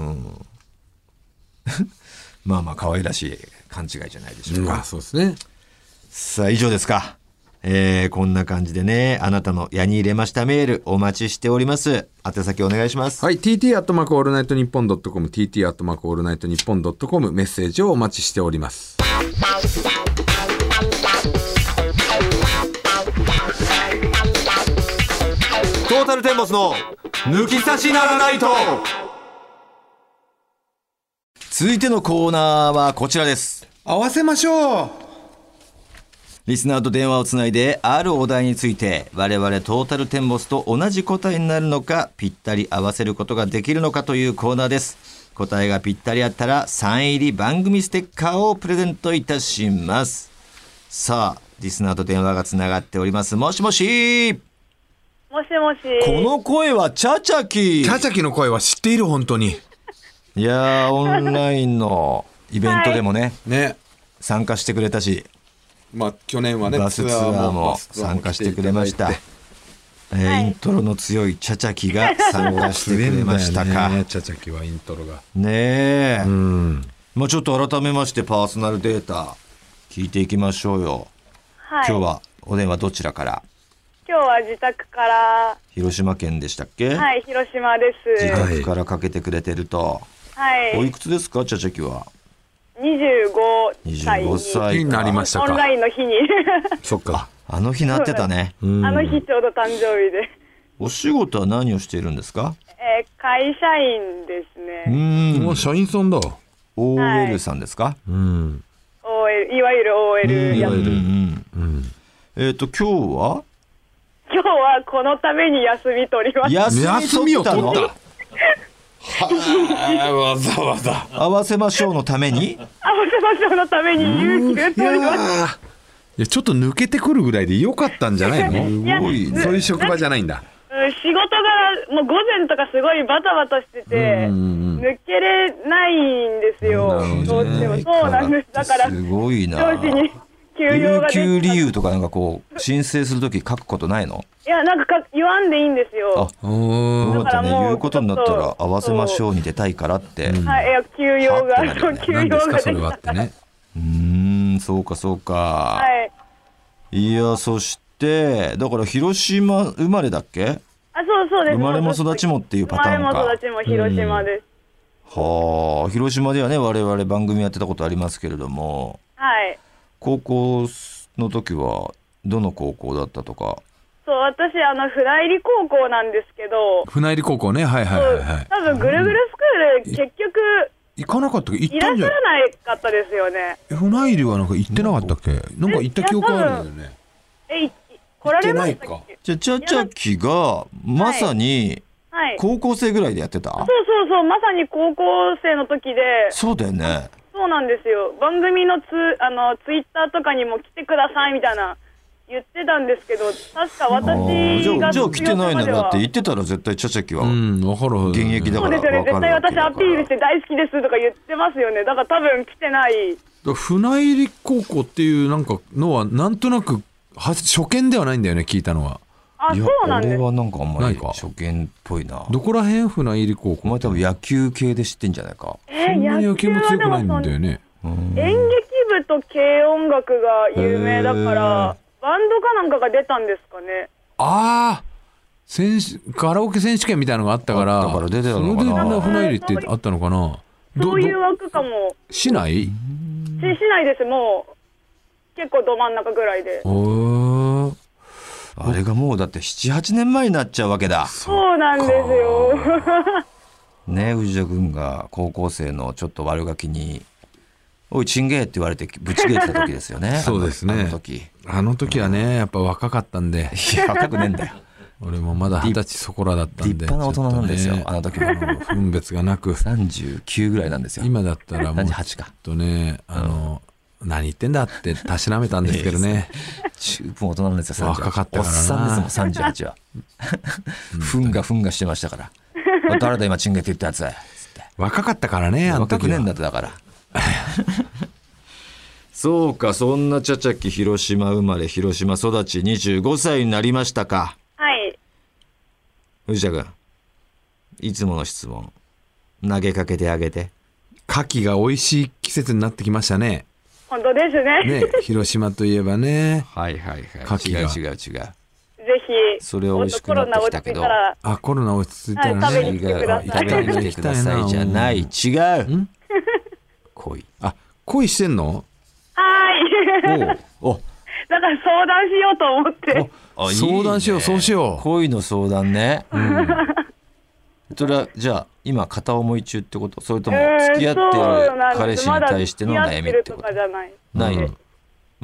まあまあ可愛らしい勘違いじゃないでしょうか。 うん、そうですね。 さあ以上ですか。えー、こんな感じでね、あなたの矢に入れましたメールお待ちしております。宛先お願いします。 はい、ティーティー アットマークオールナイトニッポンドットコム、ティーティー アットマークオールナイトニッポンドットコム、メッセージをお待ちしております。 トータルテンボスの抜き差しならないと。続いてのコーナーはこちらです。 合わせましょう。 リスナーと電話をつないであるお題について我々トータルテンボスと同じ答えになるのかぴったり合わせることができるのかというコーナーです。答えがぴったりあったらサイン入り番組ステッカーをプレゼントいたします。さあリスナーと電話がつながっております。もしもし。 もしもし。 この声はチャチャキ。 チャチャキの声は知っている本当に。 いやーオンラインのイベントでもね、はい、 ね参加してくれたし、 まあ去年はねバスツアーも参加してくれました。えーはい、イントロの強いチャチャキが参加してくれましたか。 ね、チャチャキはイントロがねえ、うん、まあちょっと改めましてパーソナルデータ聞いていきましょうよ。はい、今日はお電話どちらから？ 今日は自宅から。 広島県でしたっけ？ はい、広島です。 自宅からかけてくれてると。はい。おいくつですか、チャチャキは？ にじゅうごさいに。 にじゅうごさいになりましたか。 オンラインの日に。 そっか。あの日なってたね。 あの日ちょうど誕生日で。 お仕事は何をしているんですか？ えー、会社員ですね。 うーん、もう社員さんだ。 オーエル さんですか？はい、 うん。 オーエル、いわゆる オーエル やつ。うんうんうん。えっと今日は？ 今日はこのために休み取りました。 休みを取ったの？ はわざわざ合わせましょうのために？ 合わせましょうのために有給取りました。 いやちょっと抜けてくるぐらいでよかったんじゃないの？すごい、ね、そういう職場じゃないんだ。 仕事柄もう午前とかすごいバタバタしてて抜けれないんですよ。どうしてもそうなんです。だからすごいな。 上司に休養ができた。 有給理由とかなんかこう申請するとき書くことないの？ いやなんかか言わんでいいんですよ。 あ、そうだったね。言うことになったら合わせましょうに出たいからって。 うん、はい、いや休養が、ね、休養ができた。 何ですかそれはってね。 うーん、そうかそうか。はい。いやそしてだから広島生まれだっけ？ あ、そうそうです。 生まれも育ちもっていうパターンか。 生まれも育ちも広島です。 はあ、広島ではね我々番組やってたことありますけれども。 はい。 高校の時はどの高校だったとか？ そう私あの船入高校なんですけど。 船入高校ね、はいはいはいはい。 多分ぐるぐるスクール、うん、結局行かなかったっけ？行ったんじゃいらっしゃらなかったですよね。 船入はなんか行ってなかったっけ？なんか行った記憶あるんだよね。 え、来られましたっけ？ じゃあチャチャキがまさに高校生ぐらいでやってた？ はいはい、そうそうそう、まさに高校生の時で。 そうだよね。 そうなんですよ。番組のツあのツイッターとかにも来てくださいみたいな言ってたんですけど、確か私がじゃあ来てないならって言ってたら絶対チャチャキは現役だから分かる。そうですよね。 絶対私アピールして大好きですとか言ってますよね。だから多分来てない。 船入高校っていうなんかのはなんとなく初見ではないんだよね、聞いたのは。 あ、そうなんです。 俺はなんかあんまり初見っぽいな。 どこら辺船入高校？ お前多分野球系で知ってんじゃないか。 えー、 そんなに野球も強くないんだよね。 演劇部と軽音楽が有名だからバンドかなんかが出たんですかね。 ああ、選手カラオケ選手権みたいなのがあったからだから出てたのかな。 それで船入ってあったのかな。 そういう枠かも。 市内？ しないです。もう結構ど真ん中ぐらいで。 おー、 あれがもうだってななはちねんまえになっちゃうわけだ。 そうなんですよね。藤田君が高校生のちょっと悪ガキにおいチンゲーって言われてぶち切れてた時ですよね。 そうですね。 あの時あの時はね、やっぱ若かったんで。 いや若くねえんだよ。 俺もまだ二十歳そこらだったんで。 立派な大人なんですよ、ね、あの時も。 分別がなくさんじゅうきゅうぐらいなんですよ。 今だったらもうさんじゅうはちかとね、あの、うん、何言ってんだってたしなめたんですけどね。 十分大人なんですよ。 若かったからな。 おっさんですもんさんじゅうはちは。ふんがふんがしてましたから。誰だ今チンゲーって言ったやつつって。 若かったからね、あの時は。 若くねえんだってだから。そうか、そんなチャチャキ広島生まれ広島育ちにじゅうごさいになりましたか。 はい。 藤田君、いつもの質問投げかけてあげて。 牡蠣が美味しい季節になってきましたね。 本当ですね。 ね、広島といえばね。 はいはいはい。 牡蠣が違う違う違う。 ぜひ。 それは美味しくなってきたけど。 あ、コロナ落ち着いたらね。 はい、食べに来てください。 食べに来てくださいじゃない。違う。ん恋。 あ、恋してんの？ はい。おお。だから相談しようと思って。 あ、相談しよう、そうしよう。 恋の相談ね。うん。それはじゃあ今片思い中ってこと？それとも付き合ってる彼氏に対しての悩みってこと？ない。ない。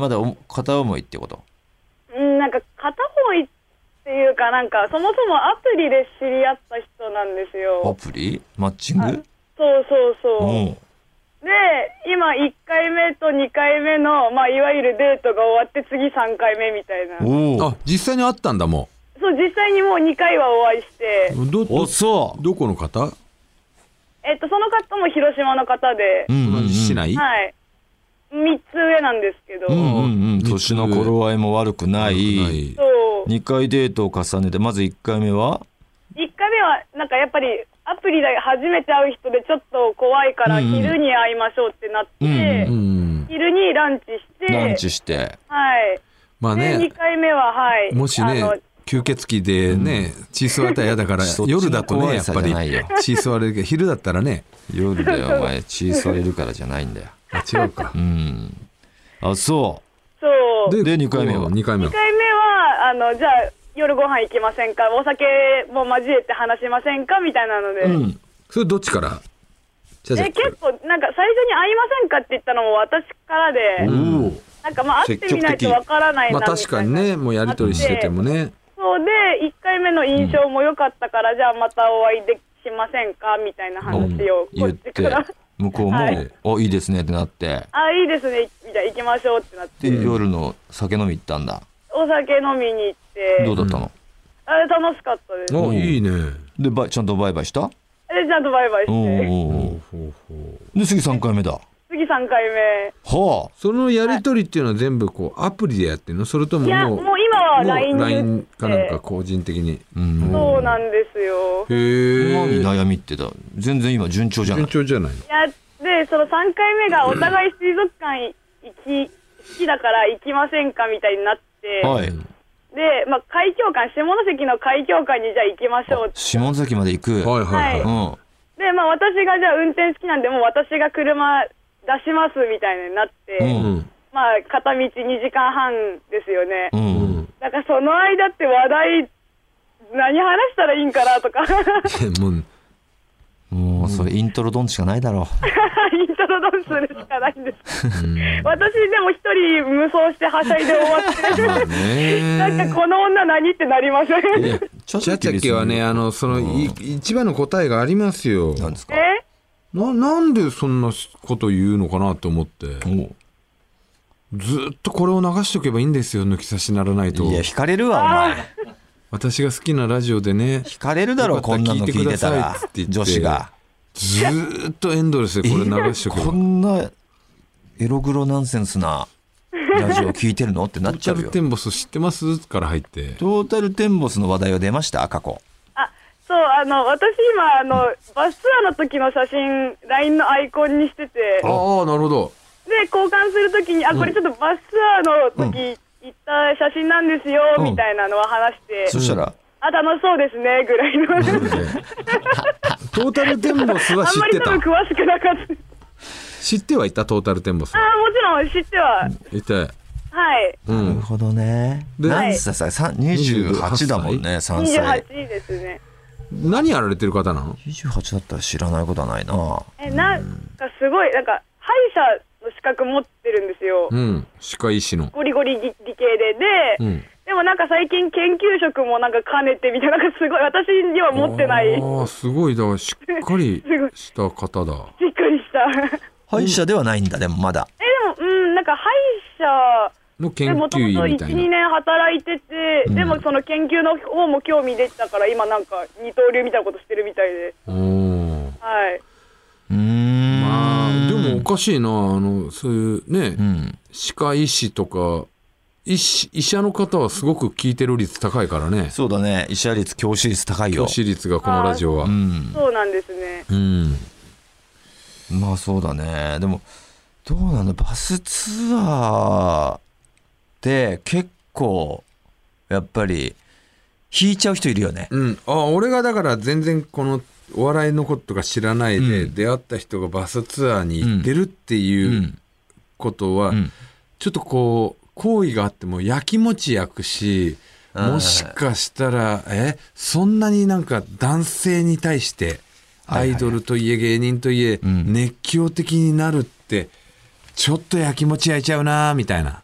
まだお片思いってこと？ うんなんか片思いっていうかなんかそもそもアプリで知り合った人なんですよ。 アプリマッチング？ そうそうそう。 うんで今いっかいめとにかいめの、まあ、いわゆるデートが終わって次さんかいめみたいな。 おあ実際に会ったんだもそう実際にもうにかいはお会いして、 う。どおそうどこの方？ えっと、その方も広島の方で、 うんうんうん同じ市内？ はいみっつ上なんですけど、 うんうんうん年の頃合いも悪くないそうにかいデートを重ねてまずいっかいめはいっかいめはなんかやっぱりアプリで初めて会う人でちょっと怖いからうんうん昼に会いましょうってなって、 うんうん昼にランチしてランチしてはいまあでにねかいめははいもしねあの吸血鬼でね、血吸われたら嫌だからそっちの夜だとね怖いさやっぱりじゃないよ血吸われるけど昼だったらね夜だよお前血吸われるからじゃないんだよあ違うかうんあそそうでにかいめはにかいめはにかいめはあのじゃあ夜ご飯行きませんかお酒も交えて話しませんかみたいなので、 うんそれどっちからじゃじゃで結構なんか最初に会いませんかって言ったのも私からで、 おおなんかまあ会ってみないとわからないなみたいな、 まあ確かにねもうやり取りしててもねそうでいっかいめの印象も良かったから、うん、じゃあまたお会いでしませんかみたいな話をこ言っっちからて向こうも、 はいい、おいいですねってなってあいいですねじゃあ行きましょうってなってで、夜の酒飲み行ったんだお酒飲みに行ってどうだったの、 あれ楽しかったですおいいねでバイちゃんとバイバイしたでちゃんとバイバイしておうおうおうほうほうで次さんかいめだ次さんかいめはあそのやり取りっていうのは全部こうアプリでやってるのそれともいやもうもう今は ラインもうでライン かなんか個人的にうんそうなんですよへえ何悩みってた全然今順調じゃない順調じゃないのいやでそのさんかいめがお互い水族館行き好きだから行きませんかみたいになって、 はいで、まあ、海峡館下関の海峡館にじゃあ行きましょうって下関まで行くはいはいはい、 うんで、まあ、私がじゃあ運転好きなんでもう私が車出しますみたいになって、 うんまあ、片道にじかんはんですよね、 うんうんだからその間って話題何話したらいいんかなとかもうもうそれイントロドンしかないだろイントロドンするしかないんです私でも一人無双してはしゃいで終わってまあねなんかこの女何ってなりませんいやチャチャケはねあのそのい一番の答えがありますよなんですかえななんでそんなこと言うのかなと思っておうずっとこれを流しとけばいいんですよ抜き差しならないといや惹かれるわお前私が好きなラジオでね惹かれるだろこんなの聞いてたら女子がずーっとエンドレスでこれ流しとけばこんなエログロナンセンスなラジオ聞いてるのってなっちゃうよトータルテンボス知ってますから入ってトータルテンボスの話題は出ました過去あそうあの私今あのバスツアーの時の写真 ライン のアイコンにしててああなるほどで交換するときにあこれちょっとバスツアーの時行った写真なんですよ、 うんみたいなのは話してそしたらあ楽しそうですねぐらいのトータルテンボスは知あんまりってた多分詳しくなかった知ってはいたトータルテンボスあもちろん知っては、 いたはいうんなるほどねで何歳ささにじゅうはちだもんねさんにじゅうはちさいですね何やられてる方なのにじゅうはちだったら知らないことはないなえなんかすごいなんか歯医者の資格持ってるんですよ、 うん歯科医師のゴリゴリ理理系でで、 うんでもなんか最近研究職もなんか兼ねてみたいな、なんかすごい私には持ってないああすごいだからしっかりすごいした方だしっかりした歯医者ではないんだでもまだえでもうんなんか歯医者の研でもと究もといち、 員みたいなにねん働いてて、 うんでもその研究の方も興味出てたから今なんか二刀流みたいなことしてるみたいで、 おーはい。 うーんまあでもおかしいなあのそういうね、 うん歯科医師とか医師医者の方はすごく聞いてる率高いからねそうだね医者率教師率高いよ教師率がこのラジオはうんそうなんですね。 うんまあそうだねでもどうなんだバスツアーって結構やっぱり引いちゃう人いるよねうん、あ俺がだから全然このお笑いのこととか知らないで、 うん出会った人がバスツアーに行ってるっていうことは、 うんちょっとこう好意があってもやきもち焼くしもしかしたらえそんなになんか男性に対してアイドルといえ芸人といえうん熱狂的になるってちょっとやきもち焼いちゃうなみたいな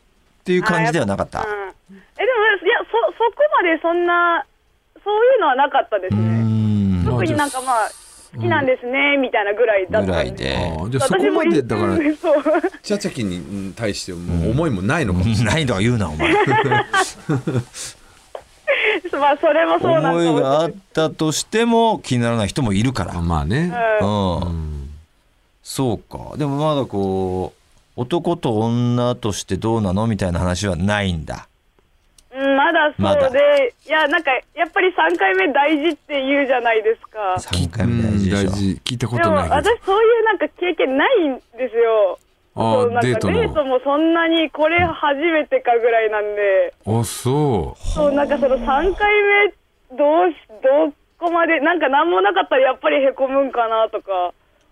っていう感じではなかった。 うん、えでもいや そ, そこまでそんなそういうのはなかったですね。特になんかまあ好きなんですね、うん、みたいなぐらいだったんで。ぐらいで。 あじゃあそこまでだからチャチャキに対しても思いもないのかもしれない。 ないとは言うなお前。 まあそれもそうなんかもしれない。 思いがあったとしても気にならない人もいるから。 まあね。 うん。うん、そうか。でもまだこう男と女としてどうなのみたいな話はないんだ。 うん、まだそうで、いやなんかやっぱりさんかいめ大事って言うじゃないですか。 さんかいめ大事でしょ。大事聞いたことないけど。 でも私そういうなんか経験ないんですよ。 ああデートのデートもそんなにこれ初めてかぐらいなんで。 あそうそうなんかそのさんかいめどうしどこまでなんか何もなかったらやっぱりへこむんかなとか。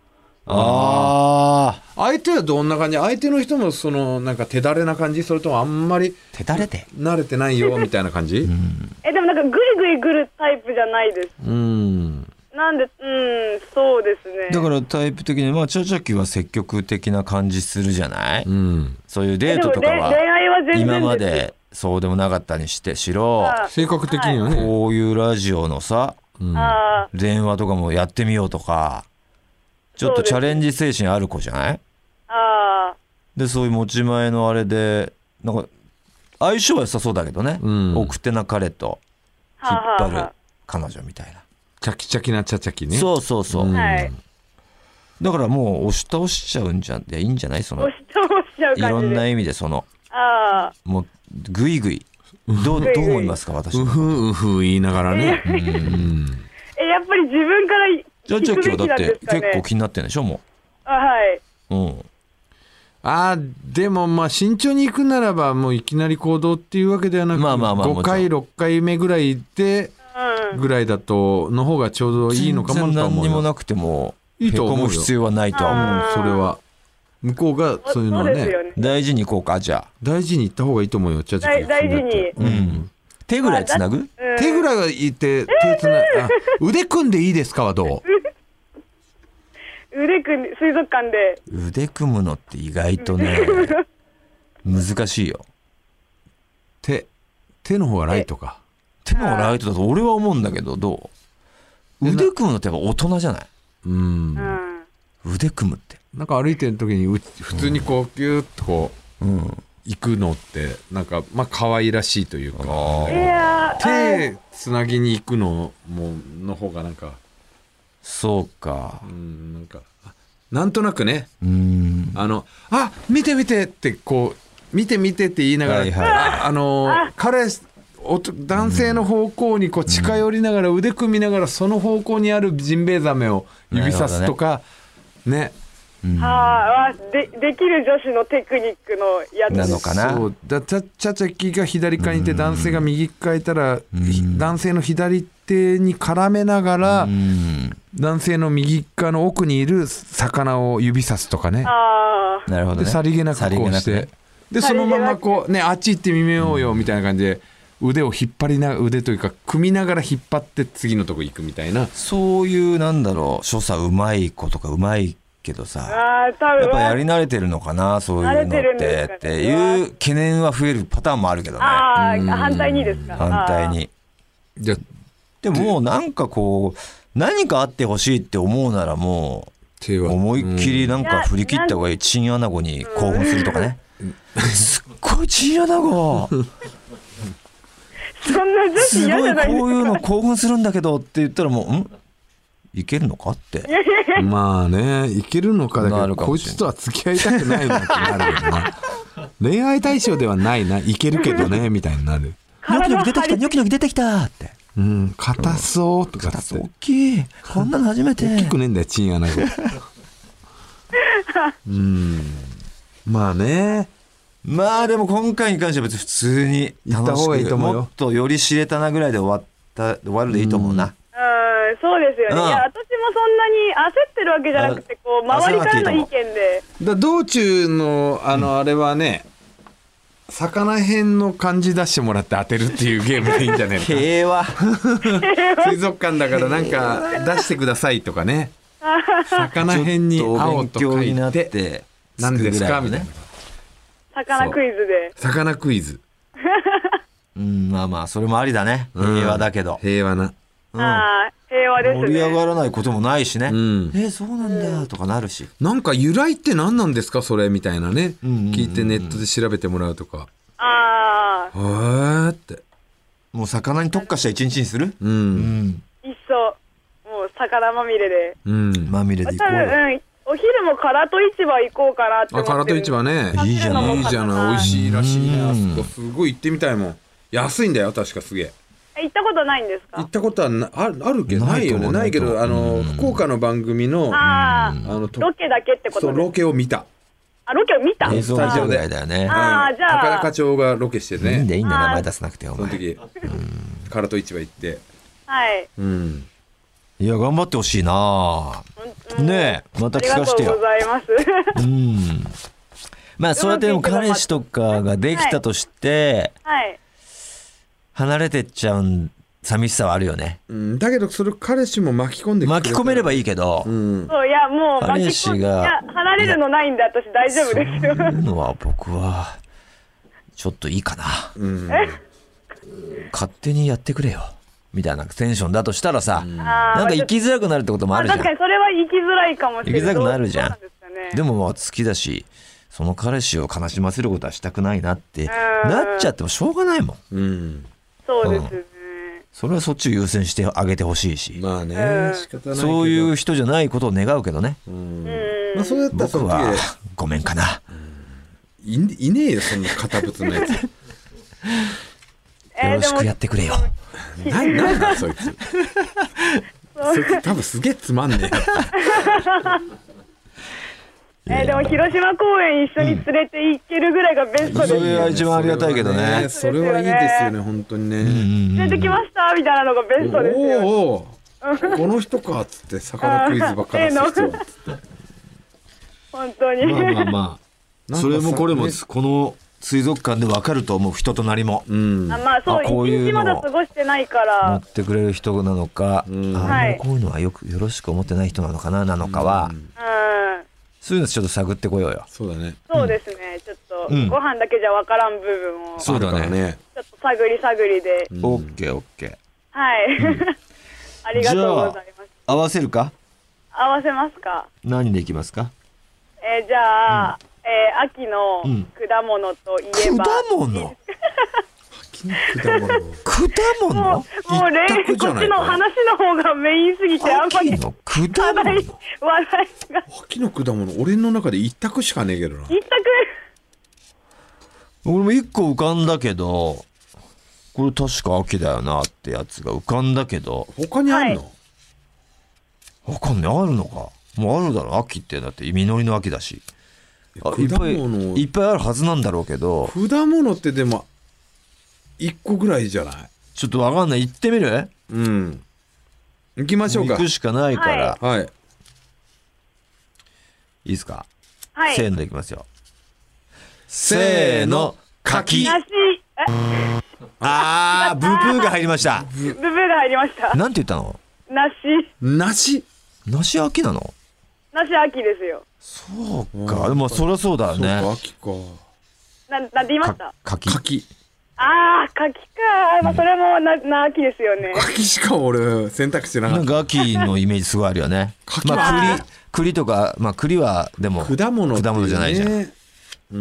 ああ相手はどんな感じ？相手の人もそのなんか手だれな感じ？それともあんまり手だれで慣れてないよみたいな感じ？うん、 えでもなんかグイグイ来るタイプじゃないです。うんなんでうんそうですね。 だからタイプ的にまあチャチャキは積極的な感じするじゃない、うん、そういうデートとかは恋愛は全然今までそうでもなかったにしてしろ性格的にはねこういうラジオのさ、うん、電話とかもやってみようとかちょっとチャレンジ精神ある子じゃない？あでそういう持ち前のあれでなんか相性は良さそうだけどね、うん、奥手な彼と引っ張る彼女みたいなチャキチャキなチャチャキね。 そうそうそう、うん、 はい、 だからもう押し倒しちゃうんじゃいいんじゃない？その押し倒しちゃう感じでいろんな意味でそのあもうグイグイどうどう思いますか私うふうふ言いながらね、うん、 えやっぱり自分からチャチャキはだって結構気になってるんでしょもう。 あはい。 うん。 あでもまあ慎重に行くならばもういきなり行動っていうわけではなく、まあまあまあごかいろっかいめぐらいでぐらいだとの方がちょうどいいのかもと思うよ。 全然何にもなくてもへこむ必要はないとは思う。 それは向こうがそういうのは ね, ね大事に行こうか。じゃあ大事に行った方がいいと思うよ。チャチャキ大事に、 うん、手ぐらいつなぐ、うん、 手ぐらいは言って手つな、あ腕組んでいいですかはどう？ 腕組んで水族館で腕組むのって意外とね難しいよ。 手手の方がライトか。 手の方がライトだと俺は思うんだけどどう？腕組むのってやっぱ大人じゃない？うん、腕組むってなんか歩いてる時に普通にこうギュッとこう、うん、行くのってなんかまあ可愛らしいというか、手つなぎに行くのもの方がなんかそうか、 うん、なんかなんとなくね、うんあのあ見て見てってこう見て見てって言いながら、はいはい、あ, あの彼男性の方向にこう近寄りながら腕組みながらその方向にあるジンベエザメを指さすとかね。 はあ、で, できる女子のテクニックのやつなのかな。 そうだチャチャチャキが左側にいて男性が右側にいたら男性の左手に絡めながら男性の右側の奥にいる魚を指さすとかね。 あなるほどね。 でさりげなくこうして、ね、でそのままこうねあっち行ってみようよみたいな感じで腕を引っ張りな腕というか組みながら引っ張って次のとこ行くみたいな。 そういうなんだろう所作うまい子とかうまいけどさやっぱやり慣れてるのかなそういうのってっていう懸念は増えるパターンもあるけどね。 あ反対にですか。 反対に。じゃでももうなんかこう何かあってほしいって思うならもう思いっきりなんか振り切った方がいい。チンアナゴに興奮するとかね。すっごいチンアナゴそんな女子嫌じゃないですか。 すごいこういうの興奮するんだけどって言ったらもうんいけるのかってまあねいけるのかだけどこいつとは付き合いたくないなってなるよな恋愛対象ではないないけるけどねみたいになる。 ニョキニョキ出てきたニョキニョキ出てきたってうん硬そうとかって、 硬そう大きいこんなの初めて大きくねえんだよチンアナゴうんまあねまあでも今回に関しては別に普通に楽しくもっとより知れたなぐらいで終わった終わるでいいと思うな。うんそうですよね、うん、いや私もそんなに焦ってるわけじゃなくてこう周りからの意見でだ道中のあのあれはね、うん、魚編の漢字出してもらって当てるっていうゲームでいいんじゃないのか平和水族館だからなんか出してくださいとかね魚編に青と書いて何ですかみたいな魚クイズで。 魚クイズ。 うん、まあまあそれもありだね。平和だけど、 平和な。 うん、 ああ、平和ですね。 盛り上がらないこともないしね、 うん、 えー、そうなんだとかなるし、 なんか由来って何なんですかそれみたいなね、 うんうんうんうん、 聞いてネットで調べてもらうとか。 ああ。 へーって。 もう魚に特化した一日にする。 うん。うん、 いっそもう魚まみれで。 うん。 まみれで行こうよ。 多分、うん、お昼も唐戸市場行こうかなって思ってる。 あ、唐戸市場ね。 いいじゃない。 いいじゃない。美味しいらしいね。あうんそこすごい行ってみたいもん。安いんだよ確かすげえ。 行ったことないんですか？ 行ったことはな あ, あるけどないよね。ないけどあの福岡の番組のああのロケだけってことです。 そうロケを見た。 あ、ロケを見た。 映像ぐらいだよね。 ああ、じゃあ高田課長がロケしてね。 いいんだいいんだ名前出さなくてお前。 その時唐戸市場行って。 はい。 うん。 いや頑張ってほしいな。ねえまた聞かせてよ。 ありがとうございます。 うん。まあそうやってでも彼氏とかができたとして、 はい。 離れてっちゃう寂しさはあるよね。 うん、だけどそれ彼氏も巻き込んでくれ巻き込めればいいけど、 うん、 そういやもう彼巻き込んい氏がや離れるのないんで私大丈夫ですよ。 そういうのは僕はちょっといいかな、 うん、 勝手にやってくれよみたいなテンションだとしたらさ、うん、なんか生きづらくなるってこともあるじゃん。 確かにそれは生きづらいかもしれない。 生きづらくなるじゃん。 んですかね、 でもまあ好きだしその彼氏を悲しませることはしたくないなってなっちゃってもしょうがないもん、 うん、 そうですね、うん、 それはそっちを優先してあげてほしいし、 まあね、 うん、 仕方ないけどそういう人じゃないことを願うけどね、 うん、まあ、そうやったら僕はごめんかな、 うん、い, いねえよそんな堅物のやつよろしくやってくれよ。 ななんだそいつそいつ多分すげえつまんねえやつえー、でも広島公園一緒に連れて行けるぐらいがベストです、 うん、それは一番ありがたいけどね。 それはいいですよね本当にね、うんうんうん、 連れてきましたみたいなのがベストですよ。 おおこの人かっつって魚クイズばっかりする人っつって本当にまあまあまあそれもこれもこの水族館で分かると思う人となりも、 うん、 あまあそう一日まだ過ごしてないから乗ってくれる人なのか、うん、あはい、 こういうのはよくよろしく思ってない人なのかななのかは、 うん、 そういうのちょっと探ってこようよ。 そうだね。 そうですね。ちょっと、うん、ご飯だけじゃ分からん部分をそうだね。 ちょっと探り探りで。 オッケーオッケー。 はい。うん、ありがとうございます。 合わせるか？ 合わせますか？ 何でいきますか？ えー、じゃあ、うん、えー、秋の果物といえば、 果物秋の果物果物もう、もうれこっちの話の方がメインすぎてあんまり秋の果物話題が秋の果物俺の中で一択しかねえけどな。 一択俺も一個浮かんだけどこれ確か秋だよなってやつが浮かんだけど他にあるの、はい、 わかんないあるのかもうあるだろ秋ってだって実りの秋だしあいっぱいいっぱいあるはずなんだろうけど果物ってでもいっこぐらいじゃない。 ちょっとわかんない行ってみる。 うん行きましょうか。 行くしかないからはい、はい、いいですか、 はい、 せーのでいきますよ。せーの柿。あーブブーが入りました。 ブブーが入りました。 なんて言ったの？ 梨。 梨梨秋なの？ 梨秋ですよ。 そうか、でもそりゃそうだよね。 そうか秋か。 ななんて言いました？ 柿。 柿。 ああ柿か、まあそれもな、な秋ですよね。 柿しか俺選択してなかった。 なんか秋のイメージすごいあるよね。まあ栗栗とかまあ栗はでも果物、ね、 果物じゃないじゃん。 うん。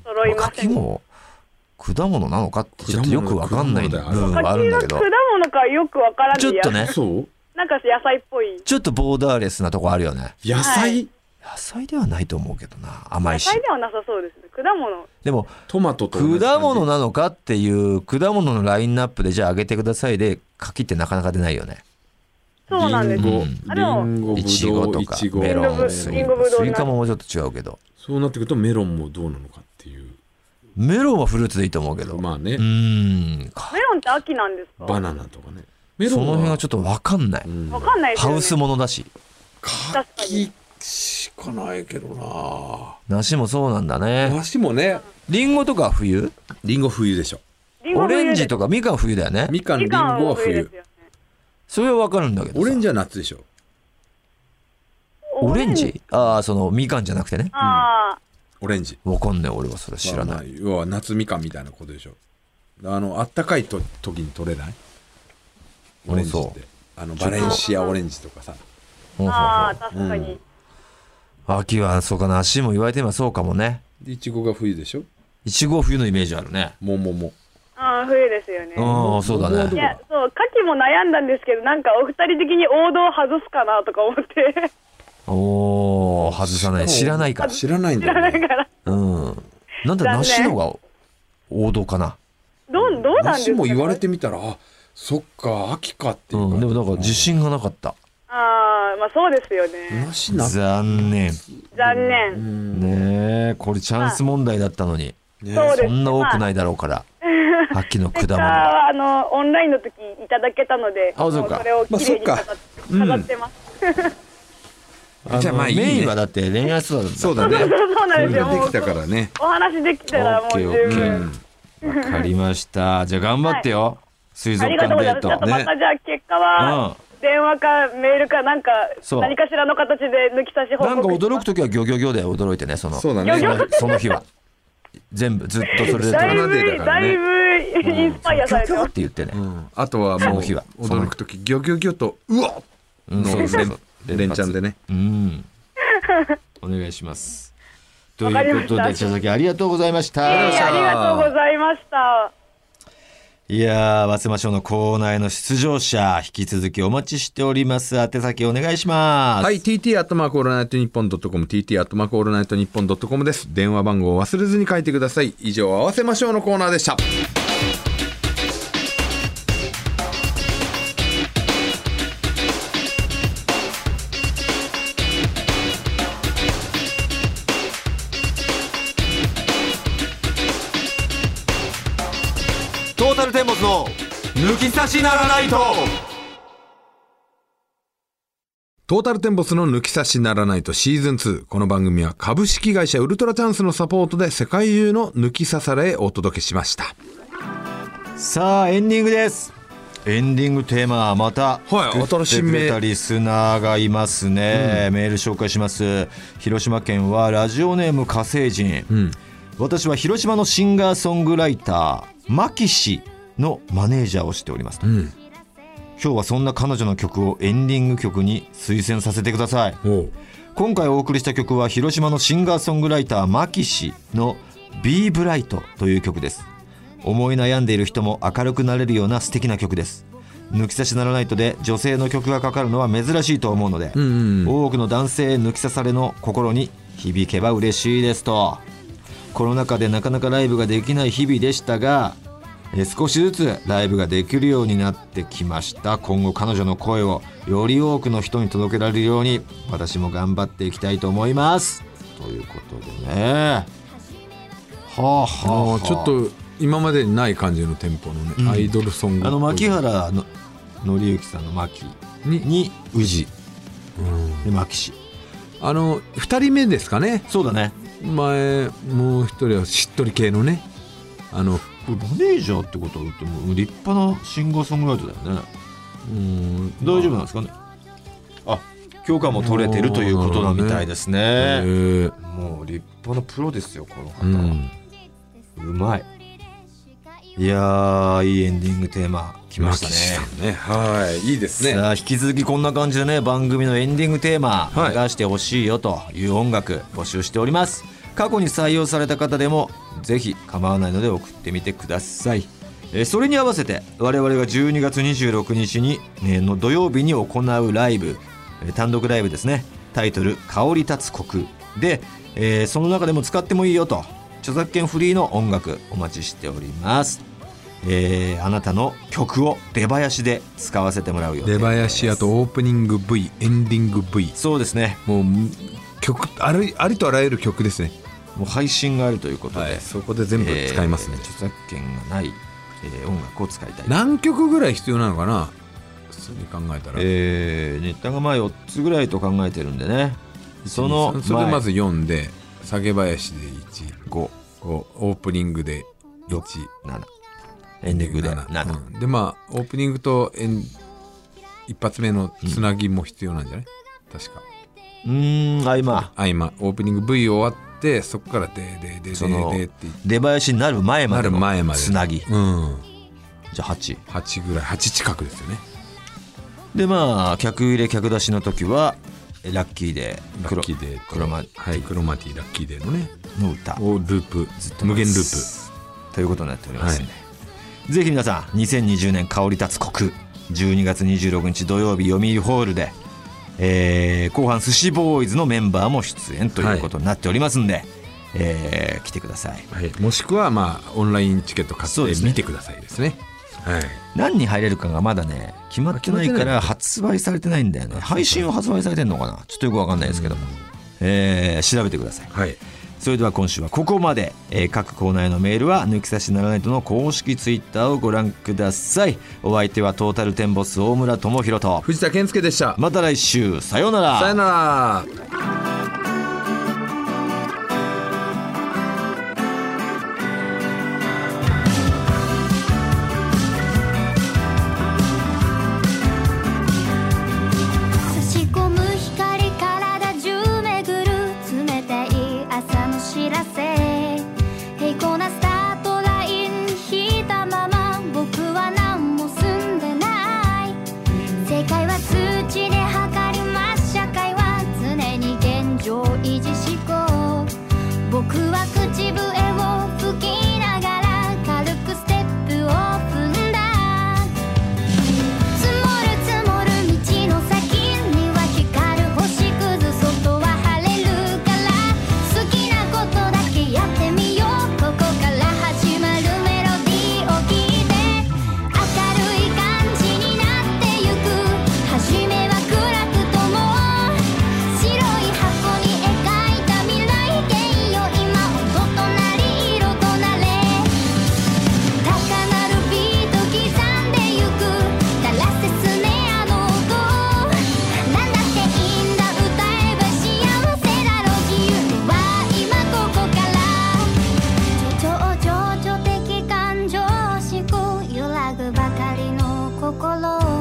揃いません。 まあ、柿も果物なのかってちょっとよくわかんない部分はあるんだけど。 柿は果物かよくわからない。 ちょっとね。 そう。 なんか野菜っぽい。 ちょっとボーダーレスなとこあるよね。 野菜、はい、 野菜ではないと思うけどな。甘いし。 野菜ではなさそうですね。果物。 でもトマトと果物なのかっていう果物のラインナップでじゃああげてくださいで柿ってなかなか出ないよね。 そうなんです。 リンゴ、 いちごとかメロン、スイカももうちょっと違うけど。 そうなってくるとメロンもどうなのかっていう。 メロンはフルーツでいいと思うけど。 まあね。 うーん。 メロンって秋なんですか？ バナナとかね。 メロンその辺はちょっと分かんない。 うん、分かんないですよね。 ハウスものだし。 柿しかないけどな。 梨もそうなんだね。 梨もね。 リンゴとか冬？ リンゴ冬でしょ。 オレンジとかみかん冬だよね。 みかん、リンゴは冬。 それは分かるんだけど。 オレンジは夏でしょ。 オレンジ？ああ、そのみかんじゃなくてね。 ああ。 オレンジわかんない俺はそれ知らない、まあ、 要は夏みかんみたいなことでしょ。あのあったかいと時に取れないオレンジってあのバレンシアオレンジとかさ。 ああ確かに、 うん、秋はそうかな、足も言われてみればそうかもね。 いちごが冬でしょ。 いちごは冬のイメージあるね。 もももああ冬ですよね。 ああそうだね。 いやそう牡蠣も悩んだんですけど、なんかお二人的に王道を外すかなとか思っておお外さない、知らないから知らないんだよ、ね、 知らないからうんなんだ梨のが王道かな。 どうどうなんですか。 梨も言われてみたらあそっか秋かっていうか、うん、 でもだから自信がなかった。 ああまあそうですよね。 梨な残念残念ねえこれチャンス問題だったのに、 ね、 そうです。 そんな多くないだろうから、まあ、秋の果物はあのオンラインの時いただけたので、 あそうかそれをきれいに飾って、まあ、飾ってます、 うん、じゃあまあいい、ね、メインはだって恋愛相談だそうだねそうなんですよ。 それができたからね。 お話できたらもう十分。 わかりました。じゃあ頑張ってよ、はい、水族館デート。 ありがとうございます。ちょっとまたじゃあ結果は、うん電話かメールかなんか何かしらの形で抜き差し報告。 なんか驚くときはギョギョギョで驚いてね、そのそうだねその、その日は全部ずっとそれでだいぶだいぶインスパイアされてますって言ってね、うん、 あとはもう日は驚くときギョギョギョとうわっの連チャンでね、 うん、お願いします。ということで茶崎ありがとうございました。 えー、ありがとうございました。 いやー、早稲ましょうのコーナーへの出場者、引き続きお待ちしております。宛先お願いします。 はい、ティーティー アットマークオールナイトニッポンドットコム、ティーティー アットマークオールナイトニッポンドットコムです。電話番号を忘れずに書いてください。以上、合わせましょうのコーナーでした。 トータルテンボスの抜き差しならないと。 トータルテンボスの抜き差しならないとシーズンツー。この番組は株式会社ウルトラチャンスのサポートで世界中の抜き差されへお届けしました。 さあエンディングです。エンディングテーマはまた作ってくれたリスナーがいますね、うん、メール紹介します。広島県はラジオネーム火星人、うん、私は広島のシンガーソングライターマキシのマネージャーをしておりますと、うん、今日はそんな彼女の曲をエンディング曲に推薦させてください。今回お送りした曲は広島のシンガーソングライターマキシの Be Bright という曲です。思い悩んでいる人も明るくなれるような素敵な曲です。抜き差しならないとで女性の曲がかかるのは珍しいと思うので、うんうんうん、多くの男性抜き差されの心に響けば嬉しいですと。コロナ禍でなかなかライブができない日々でしたが、え少しずつライブができるようになってきました。今後彼女の声をより多くの人に届けられるように私も頑張っていきたいと思いますということでね。はあはあ、はあ、 ちょっと今までにない感じのテンポのね、うん、アイドルソング。 あの牧原の紀之さんの牧にに宇治、うん、で牧師、 あのふたりめですかね。 そうだね。 前もう一人はしっとり系のね、あのマネージャーってことは言っても立派なシンガーソングライターだよね。うん、大丈夫なんですかね。あ、許可も取れてるということなみたいですね。もう立派なプロですよこの方、うん、うまい。いやー、いいエンディングテーマ来ましたね。 ね、はい、いいですね。 さあ引き続きこんな感じでね、番組のエンディングテーマ流してほしいよという音楽募集しております。過去に採用された方でもぜひ構わないので送ってみてください。えそれに合わせて我々がじゅうにがつにじゅうろくにちに、ね、の土曜日に行うライブ、単独ライブですね。タイトル香り立つ国で、えー、その中でも使ってもいいよと著作権フリーの音楽お待ちしております。えー、あなたの曲を出囃子で使わせてもらうよ。 出囃子、あとオープニング V、 エンディング V。 そうですね。 もう曲あり、ありとあらゆる曲ですね。 もう配信があるということで、はい、 そこで全部使いますね、 えー、著作権がない、えー、音楽を使いたい。 何曲ぐらい必要なのかな、普通に考えたら。 えー、ネタがまあよっつぐらいと考えてるんでね。そのそれまずよんで、下げ囃子でいち、 ご、 オープニングでいち、 なな、エンディングでなな、 うん、でまあオープニングとエン一発目のつなぎも必要なんじゃない、うん、確か。 うーん、合間合間オープニング V 終わってそこからでででででって出囃子になる前までのつなぎ、 うん、 じゃあはち、 はちぐらい、はち近くですよね。 でまあ客入れ客出しの時はラッキーデー、 ラッキーデー、 クロマティ、 はい、クロマティラッキーデーのねの歌をループ、ずっと無限ループということになっておりますので、はい、ぜひ皆さんにせんにじゅうねん香り立つ国じゅうにがつにじゅうろくにち土曜日読売ホールで、えー、後半寿司ボーイズのメンバーも出演ということになっておりますんで、はい、えー、来てください、 はい、もしくはまあオンラインチケット買って見てくださいですね。はい、 何人入れるかがまだね決まってないから発売されてないんだよね。配信は発売されてんのかな、ちょっとよく分かんないですけども、えー、調べてください、 はい、 それでは今週はここまで、えー、各コーナーへのメールは抜き差しならないとの公式ツイッターをご覧ください。お相手はトータルテンボス大村智広と藤田健介でした。 また来週、さようなら。 さようなら。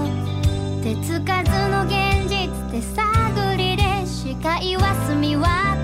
手つかずの現実で探りで視界は澄み渡